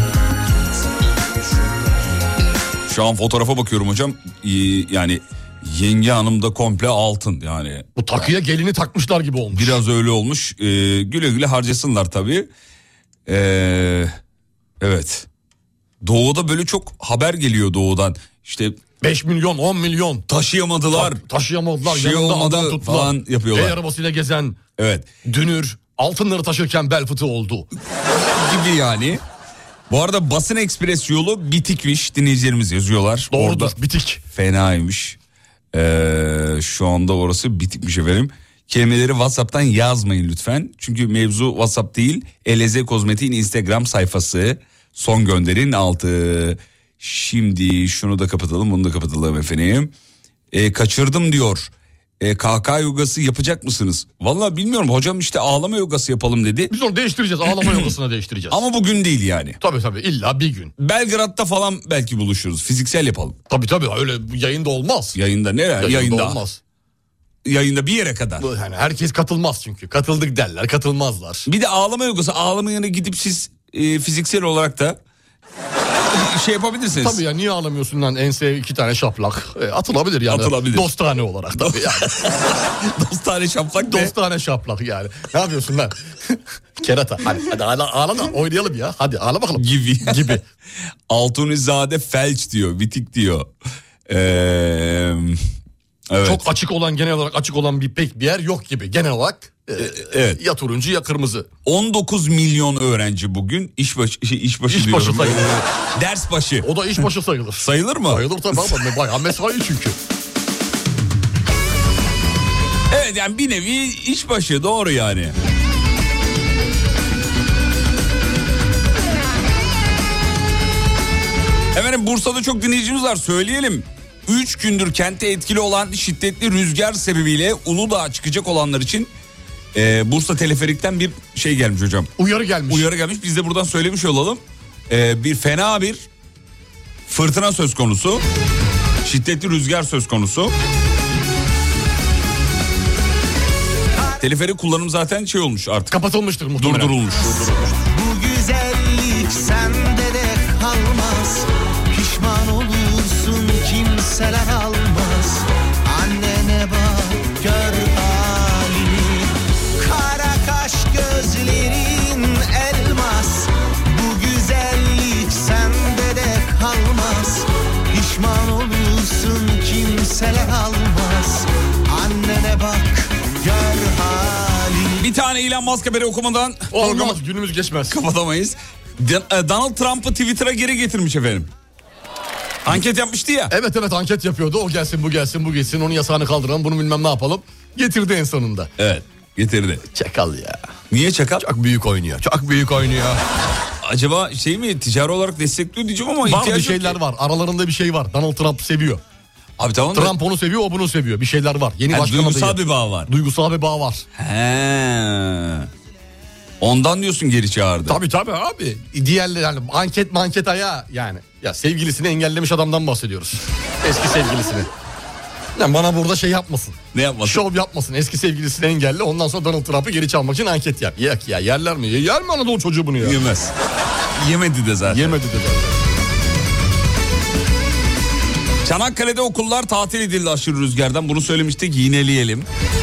B: Şu an fotoğrafa bakıyorum hocam. Ee, yani yenge hanım da komple altın yani.
C: Bu takıya gelini takmışlar gibi olmuş.
B: Biraz öyle olmuş. Ee, güle güle harcasınlar tabii. Ee, evet. Doğu'da böyle çok haber geliyor doğudan. İşte
C: beş milyon, on milyon.
B: Taşıyamadılar.
C: Ta- taşıyamadılar.
B: Şey
C: yanında
B: olmadı
C: adam tuttular.
B: falan yapıyorlar.
C: El arabasıyla gezen.
B: Evet.
C: Dünür altınları taşırken bel fıtığı oldu.
B: Gibi yani. Bu arada Basın Ekspres yolu bitikmiş, dinleyicilerimiz yazıyorlar.
C: Doğrudur,
B: orada
C: bitik.
B: Fenaymış. Ee, şu anda orası bitikmiş efendim. Kelimeleri WhatsApp'tan yazmayın lütfen. Çünkü mevzu WhatsApp değil. L Z Kozmetik'in Instagram sayfası. Son gönderin altı. Şimdi şunu da kapatalım, bunu da kapatalım efendim. Ee, kaçırdım diyor. E, K K yogası yapacak mısınız? Vallahi bilmiyorum hocam, işte ağlama yogası yapalım dedi.
C: Biz onu değiştireceğiz, ağlama yogasına değiştireceğiz.
B: Ama bugün değil yani.
C: Tabii tabii, illa bir gün.
B: Belgrad'da falan belki buluşuruz. Fiziksel yapalım.
C: Tabii tabii, öyle yayında olmaz.
B: Yayında ne? Yayında,
C: Yayında olmaz.
B: Yayında bir yere kadar.
C: Yani herkes katılmaz çünkü. Katıldık derler, katılmazlar.
B: Bir de ağlama yogası. Ağlamayana gidip siz e, fiziksel olarak da şey yapabilirsiniz.
C: Tabii ya, niye alamıyorsun lan enseye iki tane şaplak? E, atılabilir yani.
B: Atılabilir.
C: Dostane olarak tabii yani.
B: Dostane şaplak ne?
C: Dostane şaplak yani. Ne yapıyorsun lan? Kerata. Hadi, hadi ağla, ağla da oynayalım ya. Hadi ağla bakalım.
B: Gibi.
C: Gibi.
B: Altunizade felç diyor. Bitik diyor. Ee, evet.
C: Çok açık olan, genel olarak açık olan bir pek bir yer yok gibi. Genel olarak e,
B: evet.
C: Ya turuncu ya kırmızı.
B: on dokuz milyon öğrenci bugün işbaşı şey, işbaşı
C: İş
B: diyorum.
C: başı sayılır.
B: Ders başı.
C: O da iş başı sayılır.
B: Sayılır mı?
C: Sayılır tabii ama bayağı mesai çünkü.
B: Evet yani bir nevi işbaşı, doğru yani. Efendim Bursa'da çok dinleyicimiz var, söyleyelim. üç gündür kente etkili olan şiddetli rüzgar sebebiyle Uludağ'a çıkacak olanlar için e, Bursa Teleferik'ten bir şey gelmiş hocam.
C: Uyarı gelmiş.
B: Uyarı gelmiş, biz de buradan söylemiş olalım. E, bir fena bir fırtına söz konusu. Şiddetli rüzgar söz konusu. Teleferik kullanım zaten şey olmuş artık.
C: Kapatılmıştır muhtemelen.
B: Durdurulmuş. Durdurulmuş.
E: Bu güzellik sende de kalmaz. Pişman olursun, kimseler almaz. Annene bak, gör halini. Kara kaş gözlerin elmas. Bu güzellik sende de kalmaz. Pişman olursun, kimseler almaz. Annene bak, gör halini.
B: Bir tane Elon Musk haberi okumadan
C: Olmaz, günümüz geçmez.
B: kapatamayız. Donald Trump'ı Twitter'a geri getirmiş efendim. Anket yapmıştı ya.
C: Evet evet, anket yapıyordu. O gelsin, bu gelsin, bu gitsin. Onun yasağını kaldıralım, bunu bilmem ne yapalım. Getirdi en sonunda.
B: Evet, getirdi.
C: Çakal ya.
B: Niye çakal?
C: Çok büyük oynuyor. Çok büyük oynuyor.
B: Acaba şey mi, ticari olarak destekliyor diyeceğim ama
C: Var,
B: ihtiyacı
C: bir şeyler
B: yok ki.
C: var. Aralarında bir şey var. Donald Trump seviyor.
B: Abi tamam da.
C: Trump onu seviyor, o bunu seviyor. Bir şeyler var. Yeni
B: Ha,
C: başkan
B: duygusal
C: adayı.
B: bir bağ var.
C: Duygusal bir bağ var.
B: He. Ondan diyorsun geri çağırdı.
C: Tabii tabii abi. Diğerleri yani anket manket ayağı yani. Ya sevgilisini engellemiş adamdan bahsediyoruz. Eski sevgilisini. Yani bana burada şey yapmasın.
B: Ne yapmasın?
C: Şov yapmasın. Eski sevgilisini engelle. Ondan sonra Donald Trump'ı geri çalmak için anket yap. Yak ya, yerler mi? Yer mi Anadolu çocuğu bunu ya?
B: Yemez. Yemedi de zaten.
C: Yemedi de zaten.
B: Çanakkale'de okullar tatil edildi aşırı rüzgardan. Bunu söylemiştik, yineleyelim.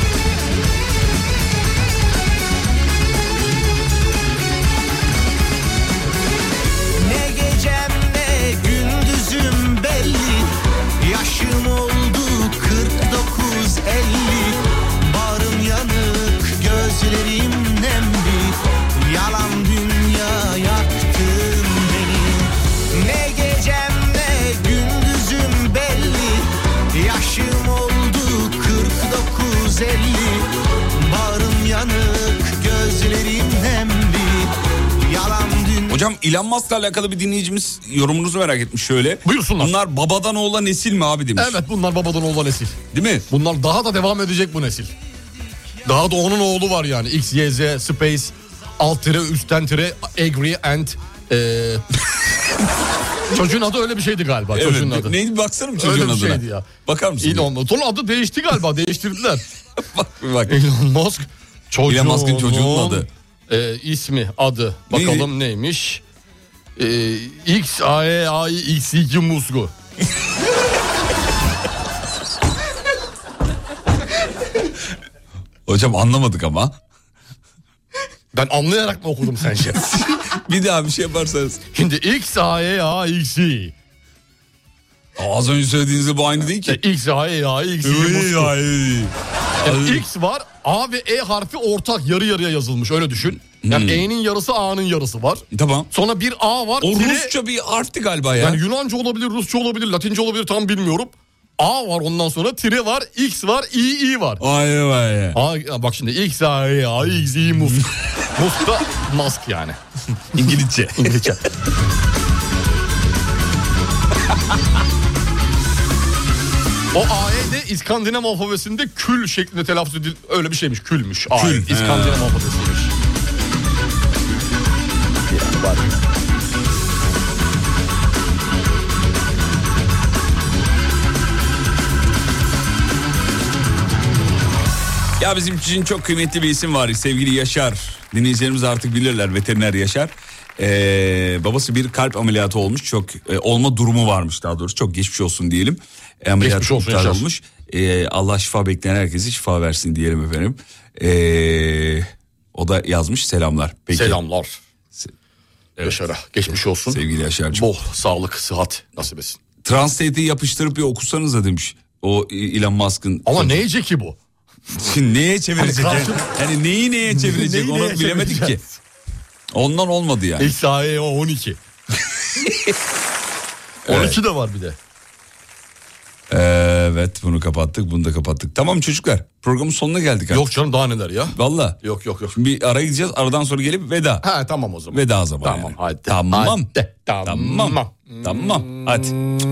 E: Ne gecem ne gündüzüm belli. Yaşım oldu kırk dokuz elli. Bağrım yanık, gözlerim nemli. Yalan dünya yaktın beni. Ne gecem ne gündüzüm belli. Yaşım oldu kırk dokuz elli. Bağrım yanık, gözlerim nemli. Yalan dünya.
B: Hocam Elon Musk'la alakalı bir dinleyicimiz yorumunuzu merak etmiş şöyle.
C: Buyursunlar.
B: Bunlar babadan oğula nesil mi abi demiş.
C: Evet, bunlar babadan oğula nesil.
B: Değil mi?
C: Bunlar daha da devam edecek bu nesil. Daha da onun oğlu var yani. X, Y, Z, Space, alt tire, üstten tire, Agree and... E... çocuğun adı öyle bir şeydi galiba.
B: Evet.
C: Çocuğun adı.
B: Neydi, baksana mı çocuğun
C: Öyle bir
B: adına?
C: şeydi ya.
B: Bakar mısın?
C: Elon, sonra adı değişti galiba. Değiştirdiler.
B: bak bak.
C: Elon Musk. Çocuğunun,
B: Elon Musk'ın çocuğunun adı.
C: E, ismi, adı. Bakalım
B: Neydi?
C: neymiş? E, X, A, E, A, I, X, iki Musgu.
B: Hocam anlamadık ama.
C: Ben anlayarak mı okudum sence?
B: Bir daha bir şey yaparsanız.
C: Şimdi X, A, E, A, X, I.
B: Az önce söylediğinizde bu aynı değil ki.
C: X, A, E, A, X, I, Musgu. Yani X var, A ve E harfi ortak, yarı yarıya yazılmış, öyle düşün. Yani
B: Hmm.
C: E'nin yarısı, A'nın yarısı var.
B: Tamam.
C: Sonra bir A var.
B: O
C: tire-
B: Rusça bir harfti galiba ya.
C: Yani Yunanca olabilir, Rusça olabilir, Latince olabilir, tam bilmiyorum. A var, ondan sonra tire var, X var, I, I var.
B: Vay vay.
C: A, bak şimdi X, A, E, A, X, I, Musk. Musk da Musk yani.
B: İngilizce.
C: İngilizce. O A E de İskandinav alfabesinde kül şeklinde telaffuz edil, öyle bir şeymiş, külmüş. A E,
B: Kül,
C: İskandinav
B: he.
C: alfabesiymiş. Yani var.
B: Ya bizim için çok kıymetli bir isim var, sevgili Yaşar. Dinleyicilerimiz artık bilirler, veteriner Yaşar. Ee, babası bir kalp ameliyatı olmuş. Çok e, olma durumu varmış daha doğrusu. Çok geçmiş olsun diyelim. E, ameliyat
C: Geçmiş olsun
B: iptal
C: inşallah.
B: olmuş. E, Allah şifa bekleyen herkese şifa versin diyelim efendim. E, o da yazmış selamlar. Peki.
C: Selamlar.
B: Se-
C: Yaşar'a geçmiş olsun.
B: Sevgili Yaşar'cığım.
C: Bol sağlık, sıhhat nasip etsin.
B: Translate'i yapıştırıp bir okusanız da demiş. O Elon Musk'ın.
C: Ama neyce ki bu?
B: Neye çevirecek?
C: Hani
B: yani? Yani neyi neye çevirecek
C: Neyi
B: onu
C: neye
B: bilemedik ki.
C: çevireceğiz?
B: Ondan olmadı yani.
C: X A E O on iki. on iki de var bir de.
B: Evet, bunu kapattık, bunu da kapattık. Tamam çocuklar, programın sonuna geldik artık.
C: Yok canım, daha neler ya?
B: Valla.
C: Yok yok yok.
B: Şimdi bir araya gideceğiz, aradan sonra gelip veda.
C: Ha tamam o zaman.
B: Veda zamanı.
C: Tamam
B: yani.
C: hadi.
B: Tamam.
C: Hadi,
B: Tamam.
C: tamam.
B: Tamam. Hadi.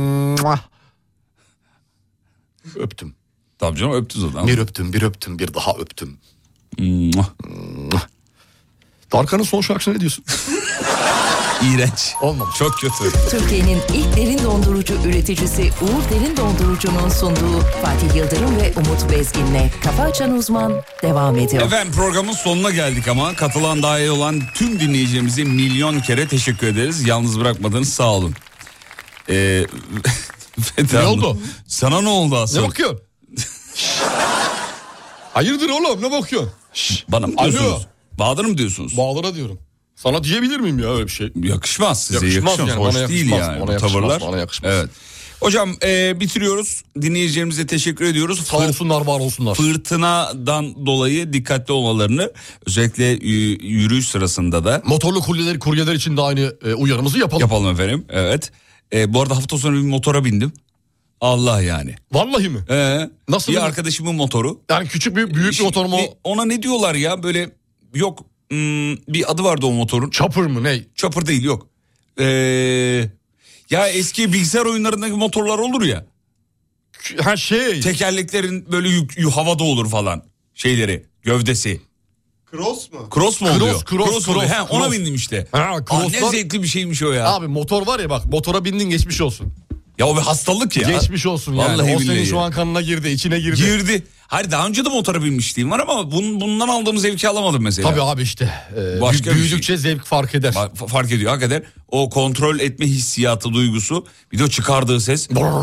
C: Öptüm.
B: Tamam canım, öptünüz o zaman.
C: Bir öptüm, bir öptüm, bir daha öptüm.
B: Mua.
C: Tarkan'ın son şarkısına ne diyorsun?
B: İğrenç.
C: Olmamış.
B: Çok kötü.
A: Türkiye'nin ilk derin dondurucu üreticisi Uğur Derin Dondurucu'nun sunduğu Fatih Yıldırım ve Umut Bezgin'le Kafa Açan Uzman devam ediyor.
B: Efendim programın sonuna geldik ama katılan dahil olan tüm dinleyicilerimize milyon kere teşekkür ederiz. Yalnız bırakmadınız, sağ olun. Ee,
C: Ne oldu?
B: Sana ne oldu asıl?
C: Ne bakıyorsun? Hayırdır oğlum, ne bakıyorsun?
B: Bana mı
C: Alo.
B: diyorsunuz? Bahadır mı diyorsunuz?
C: Bağlara diyorum. Sana diyebilir miyim ya öyle bir şey?
B: Yakışmaz size,
C: Yakışmaz
B: yakışmaz.
C: yani,
B: Hoş
C: bana
B: değil
C: yakışmaz,
B: yani
C: bana
B: bu
C: yakışmaz,
B: tavırlar.
C: bana yakışmaz.
B: Evet. Hocam e, bitiriyoruz. Dinleyicilerimize teşekkür ediyoruz.
C: Sağ olsunlar, var olsunlar.
B: Fırtınadan dolayı dikkatli olmalarını, özellikle y- yürüyüş sırasında da
C: Motorlu kuryeler, kuryeler için de aynı e, uyarımızı yapalım.
B: yapalım efendim. Evet. E, bu arada hafta sonu bir motora bindim. Allah yani.
C: Vallahi mi?
B: Ee,
C: Nasıl
B: bir
C: bir-
B: arkadaşımın motoru.
C: Yani küçük bir, büyük bir motor mu?
B: Bir- Ona ne diyorlar ya, böyle yok hmm, bir adı vardı o motorun.
C: Chopper mı ne?
B: Chopper değil, yok. Ee, ya eski bilgisayar oyunlarındaki motorlar olur ya.
C: Ha şey.
B: Tekerleklerin böyle yük, yük- havada olur falan şeyleri, gövdesi.
G: Cross mu?
B: Cross mu
C: Cross,
B: oluyor?
C: cross,
B: oluyor.
C: cross,
B: He, ona
C: cross.
B: bindim işte.
C: Ha,
B: Aa, ne
C: crosslar-
B: zevkli bir şeymiş o ya.
C: Abi motor var ya, bak motora bindin, geçmiş olsun.
B: Ya o bir hastalık ya.
C: Geçmiş olsun yani.
B: Vallahi
C: O senin
B: billahi
C: şu
B: ya.
C: an kanına girdi, içine girdi.
B: Girdi. Hayır, daha önce de motora binmişliğim var ama bun, bundan aldığım zevki alamadım mesela.
C: Tabii abi işte. E,
B: Başka bir
C: büyüdükçe zevk fark eder.
B: Fa- fark ediyor hakikaten. O kontrol etme hissiyatı, duygusu. Bir de o çıkardığı ses.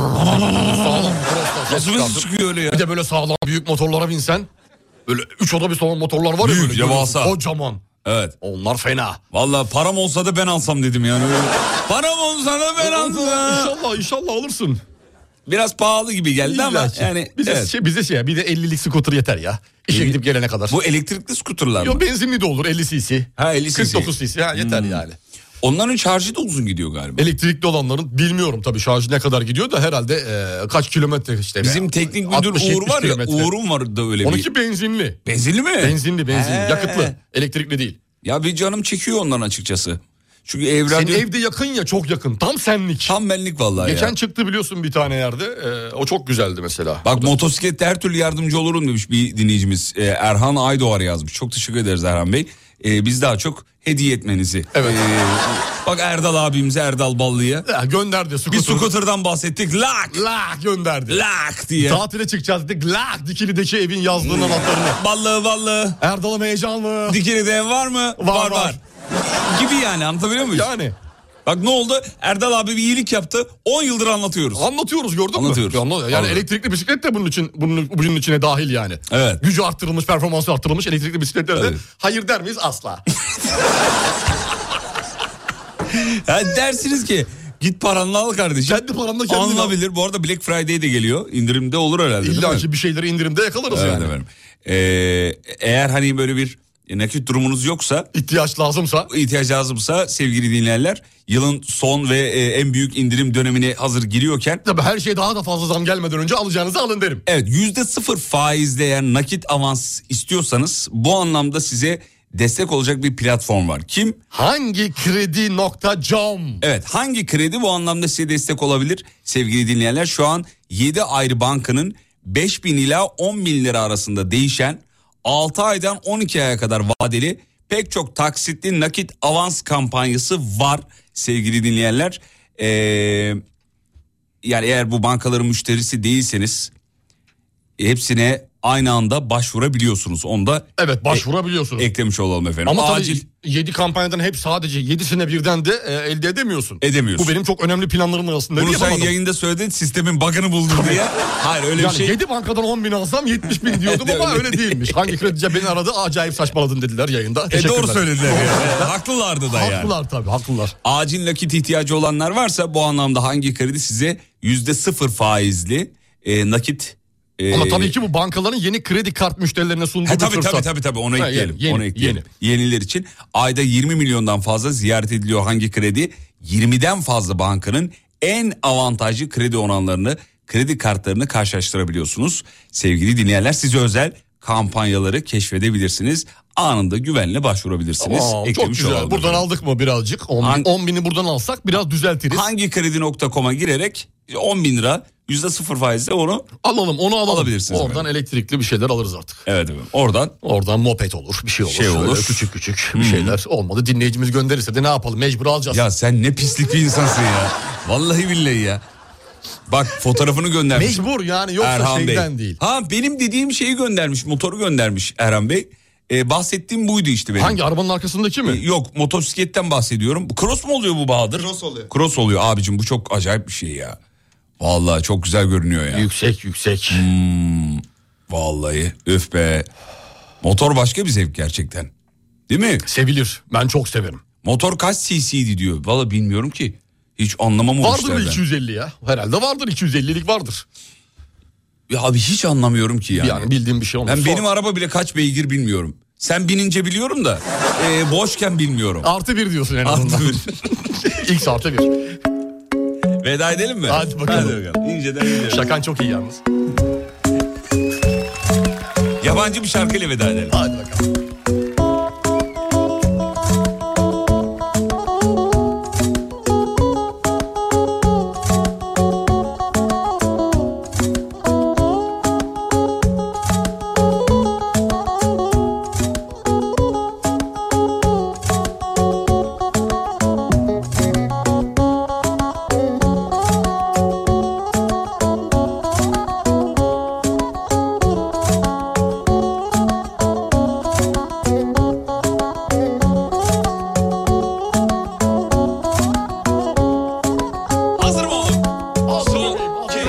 C: Sağlam
B: Nasıl bir ses çıkıyor öyle ya?
C: Bir de böyle sağlam büyük motorlara binsen. Böyle üç otobüs olan motorlar var ya,
B: Büyük,
C: böyle.
B: devasa.
C: görüyorsun, Kocaman.
B: Evet.
C: Onlar fena.
B: Vallahi param olsa da ben alsam dedim yani. Öyle. Param olsa da ben alsam.
C: İnşallah inşallah alırsın.
B: Biraz pahalı gibi geldi ama
C: İlla ki.
B: yani.
C: bize,
B: evet.
C: şey, bize şey bir de ellilik scooter yeter ya. İşe
B: elli
C: gidip gelene kadar.
B: Bu elektrikli skuterlar mı?
C: Yo, benzinli de olur, elli cc.
B: Ha, elli cc.
C: kırk dokuz cc ha, yeter
B: Hmm.
C: yani.
B: Onların şarjı da uzun gidiyor galiba.
C: Elektrikli olanların bilmiyorum tabii şarjı ne kadar gidiyor da herhalde e, kaç kilometre işte.
B: Bizim
C: veya
B: teknik müdür
C: altmış
B: Uğur
C: yetmiş
B: var ya.
C: kilometre.
B: Uğur'un var da öyle bir.
C: onunki benzinli.
B: Benzinli mi?
C: Benzinli benzinli.
B: He.
C: Yakıtlı. Elektrikli değil.
B: Ya bir canım çekiyor ondan açıkçası. Çünkü ev
C: Senin
B: radyo...
C: evde yakın ya, çok yakın. Tam senlik.
B: Tam benlik vallahi
C: Geçen
B: ya.
C: çıktı biliyorsun bir tane yerde. E, o çok güzeldi mesela.
B: Bak, motosiklette her türlü yardımcı olurum demiş bir dinleyicimiz. Ee, Erhan Aydoğar yazmış. Çok teşekkür ederiz Erhan Bey. Ee, biz daha çok hediye etmenizi.
C: Evet.
B: Ee, bak Erdal abimize, Erdal Ballı'ya.
C: Ya, gönderdi.
B: Bir
C: Scooter.
B: scooter'dan bahsettik. Lak!
C: Lak gönderdi.
B: Lak diye.
C: Tatile çıkacağız dedik. Lak Dikili'deki evin yazdığın anahtarını.
B: Ballı ballı.
C: Erdal'ım heyecanlı.
B: Dikili'de ev var mı?
C: Var, var.
B: Gibi yani, anlatabiliyor muyuz?
C: Yani.
B: Bak ne oldu? Erdal abi bir iyilik yaptı. on yıldır anlatıyoruz.
C: Anlatıyoruz, gördün
B: Anlatıyoruz.
C: mü? Anlatıyoruz. Yani
B: Anladım.
C: elektrikli bisiklet de bunun için bunun, bunun içine dahil yani.
B: Evet.
C: Gücü arttırılmış, performansı arttırılmış elektrikli bisikletlerde
B: Evet.
C: hayır der miyiz? Asla.
B: Ha, dersiniz ki git paranla al kardeşim.
C: Kendi paranla kendin al.
B: Alınabilir. Bu arada Black Friday de geliyor. İndirimde olur herhalde. değil
C: İlla
B: mi?
C: ki bir şeyleri indirimde yakalarız
B: Evet
C: yani.
B: efendim. Ee, eğer hani böyle bir nakit durumunuz yoksa,
C: İhtiyaç lazımsa.
B: ihtiyaç lazımsa sevgili dinleyenler, yılın son ve e, en büyük indirim dönemine hazır giriyorken,
C: Tabii her şey daha da fazla zam gelmeden önce alacağınızı alın derim.
B: evet, yüzde sıfır faizle eğer nakit avans istiyorsanız bu anlamda size destek olacak bir platform var. Kim?
C: Hangi kredi nokta com?
B: Evet, hangi kredi bu anlamda size destek olabilir sevgili dinleyenler? Şu an yedi ayrı bankanın beş bin ila on bin lira arasında değişen, altı aydan on iki aya kadar vadeli pek çok taksitli nakit avans kampanyası var sevgili dinleyenler. Ee, yani eğer bu bankaların müşterisi değilseniz hepsine aynı anda başvurabiliyorsunuz. Onu da
C: Evet, başvurabiliyorsunuz.
B: e- eklemiş olalım efendim.
C: Ama
B: Acil
C: tabii yedi kampanyadan hep sadece yedisine birden de e, elde edemiyorsun.
B: edemiyorsun.
C: Bu benim çok önemli planlarım arasında.
B: Bunu sen
C: Yapamadım.
B: yayında söyledin, sistemin bug'ını buldun diye. Hayır öyle
C: Yani
B: bir şey.
C: yedi bankadan on bin alsam yetmiş bin diyordum ama
B: Öyle
C: öyle değilmiş. Hangi kredici beni aradı, acayip saçmaladın dediler yayında.
B: E
C: Teşekkürler.
B: doğru söylediler. Yani. Haklılardı da yani.
C: Haklılar tabii, haklılar.
B: Acil nakit ihtiyacı olanlar varsa bu anlamda hangi kredi size yüzde sıfır faizli e, nakit e,
C: Ama tabii ki bu bankaların yeni kredi kart müşterilerine sunduğu
B: He,
C: bir
B: tabii,
C: fırsat.
B: tabii tabii tabii onu
C: Ha,
B: ekleyelim.
C: yeni,
B: onu ekleyelim.
C: yeni.
B: Yeniler için ayda yirmi milyondan fazla ziyaret ediliyor hangi kredi? yirmiden fazla bankanın en avantajlı kredi oranlarını, kredi kartlarını karşılaştırabiliyorsunuz. Sevgili dinleyenler, size özel kampanyaları keşfedebilirsiniz. Anında güvenle başvurabilirsiniz.
C: Aa, çok
B: Eklemiş
C: güzel.
B: olalım
C: Buradan
B: efendim.
C: aldık mı birazcık? on,
B: Hangi-
C: on bini buradan alsak biraz düzeltiriz.
B: Hangi kredi nokta com'a girerek on bin lira yüzde sıfır faizle onu
C: Alalım, onu alalım.
B: Alabilirsiniz
C: Oradan
B: efendim.
C: elektrikli bir şeyler alırız artık.
B: evet efendim oradan
C: Oradan moped olur, bir şey olur.
B: Şey olur.
C: Şöyle küçük küçük bir şeyler. Olmadı dinleyicimiz gönderirse de ne yapalım, mecbur alacağız.
B: ya sen ne pislik bir insansın ya. Vallahi billahi ya. Bak fotoğrafını göndermiş.
C: Mecbur yani, yoksa
B: Erhan
C: şeyden
B: Bey.
C: değil.
B: Ha benim dediğim şeyi göndermiş, motoru göndermiş Erhan Bey. Ee, bahsettiğim buydu işte benim.
C: Hangi, arabanın arkasındaki
B: Ee,
C: mi?
B: Yok, motosikletten bahsediyorum. Cross mu oluyor bu Bahadır?
G: Cross oluyor.
B: Cross oluyor abicim, bu çok acayip bir şey ya. Vallahi çok güzel görünüyor ya.
C: Yüksek yüksek.
B: Hmm, vallahi öf be. Motor başka bir zevk gerçekten. Değil mi?
C: Sevilir. Ben çok severim.
B: Motor kaç cc'di diyor. Vallahi bilmiyorum ki. Hiç anlamam o
C: Vardır
B: işlerden.
C: iki yüz elli ya. Herhalde vardır, iki yüz ellilik vardır.
B: Ya abi hiç anlamıyorum ki yani.
C: Yani bildiğim bir şey olmaz.
B: Ben
C: Sor.
B: benim araba bile kaç beygir bilmiyorum. Sen binince biliyorum da e, boşken bilmiyorum.
C: Artı bir diyorsun en azından.
B: Artı bir.
C: X artı bir.
B: Veda edelim mi?
C: Hadi bakalım.
B: Hadi bakalım. İnceden gidelim.
C: Şakan çok iyi yalnız.
B: Yabancı bir şarkıyla veda edelim.
C: Hadi bakalım.
B: Hazır mı oğlum? Son, iki,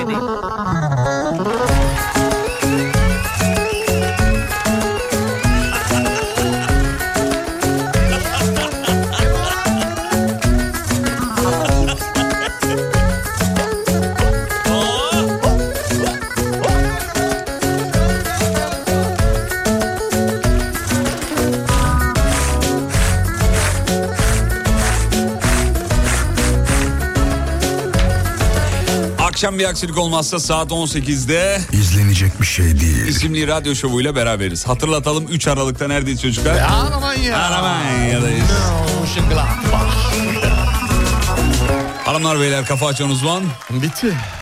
B: Akşam bir aksilik olmazsa saat on sekizde
F: İzlenecek bir şey değil.
B: isimli radyo şovuyla beraberiz. Hatırlatalım, üç Aralık'ta neredeyiz çocuklar?
C: Aman ya.
B: Aramanya'dayız.
C: Mönchengladbach.
B: Hanımlar beyler, Kafa Açan Uzman
C: Bitti.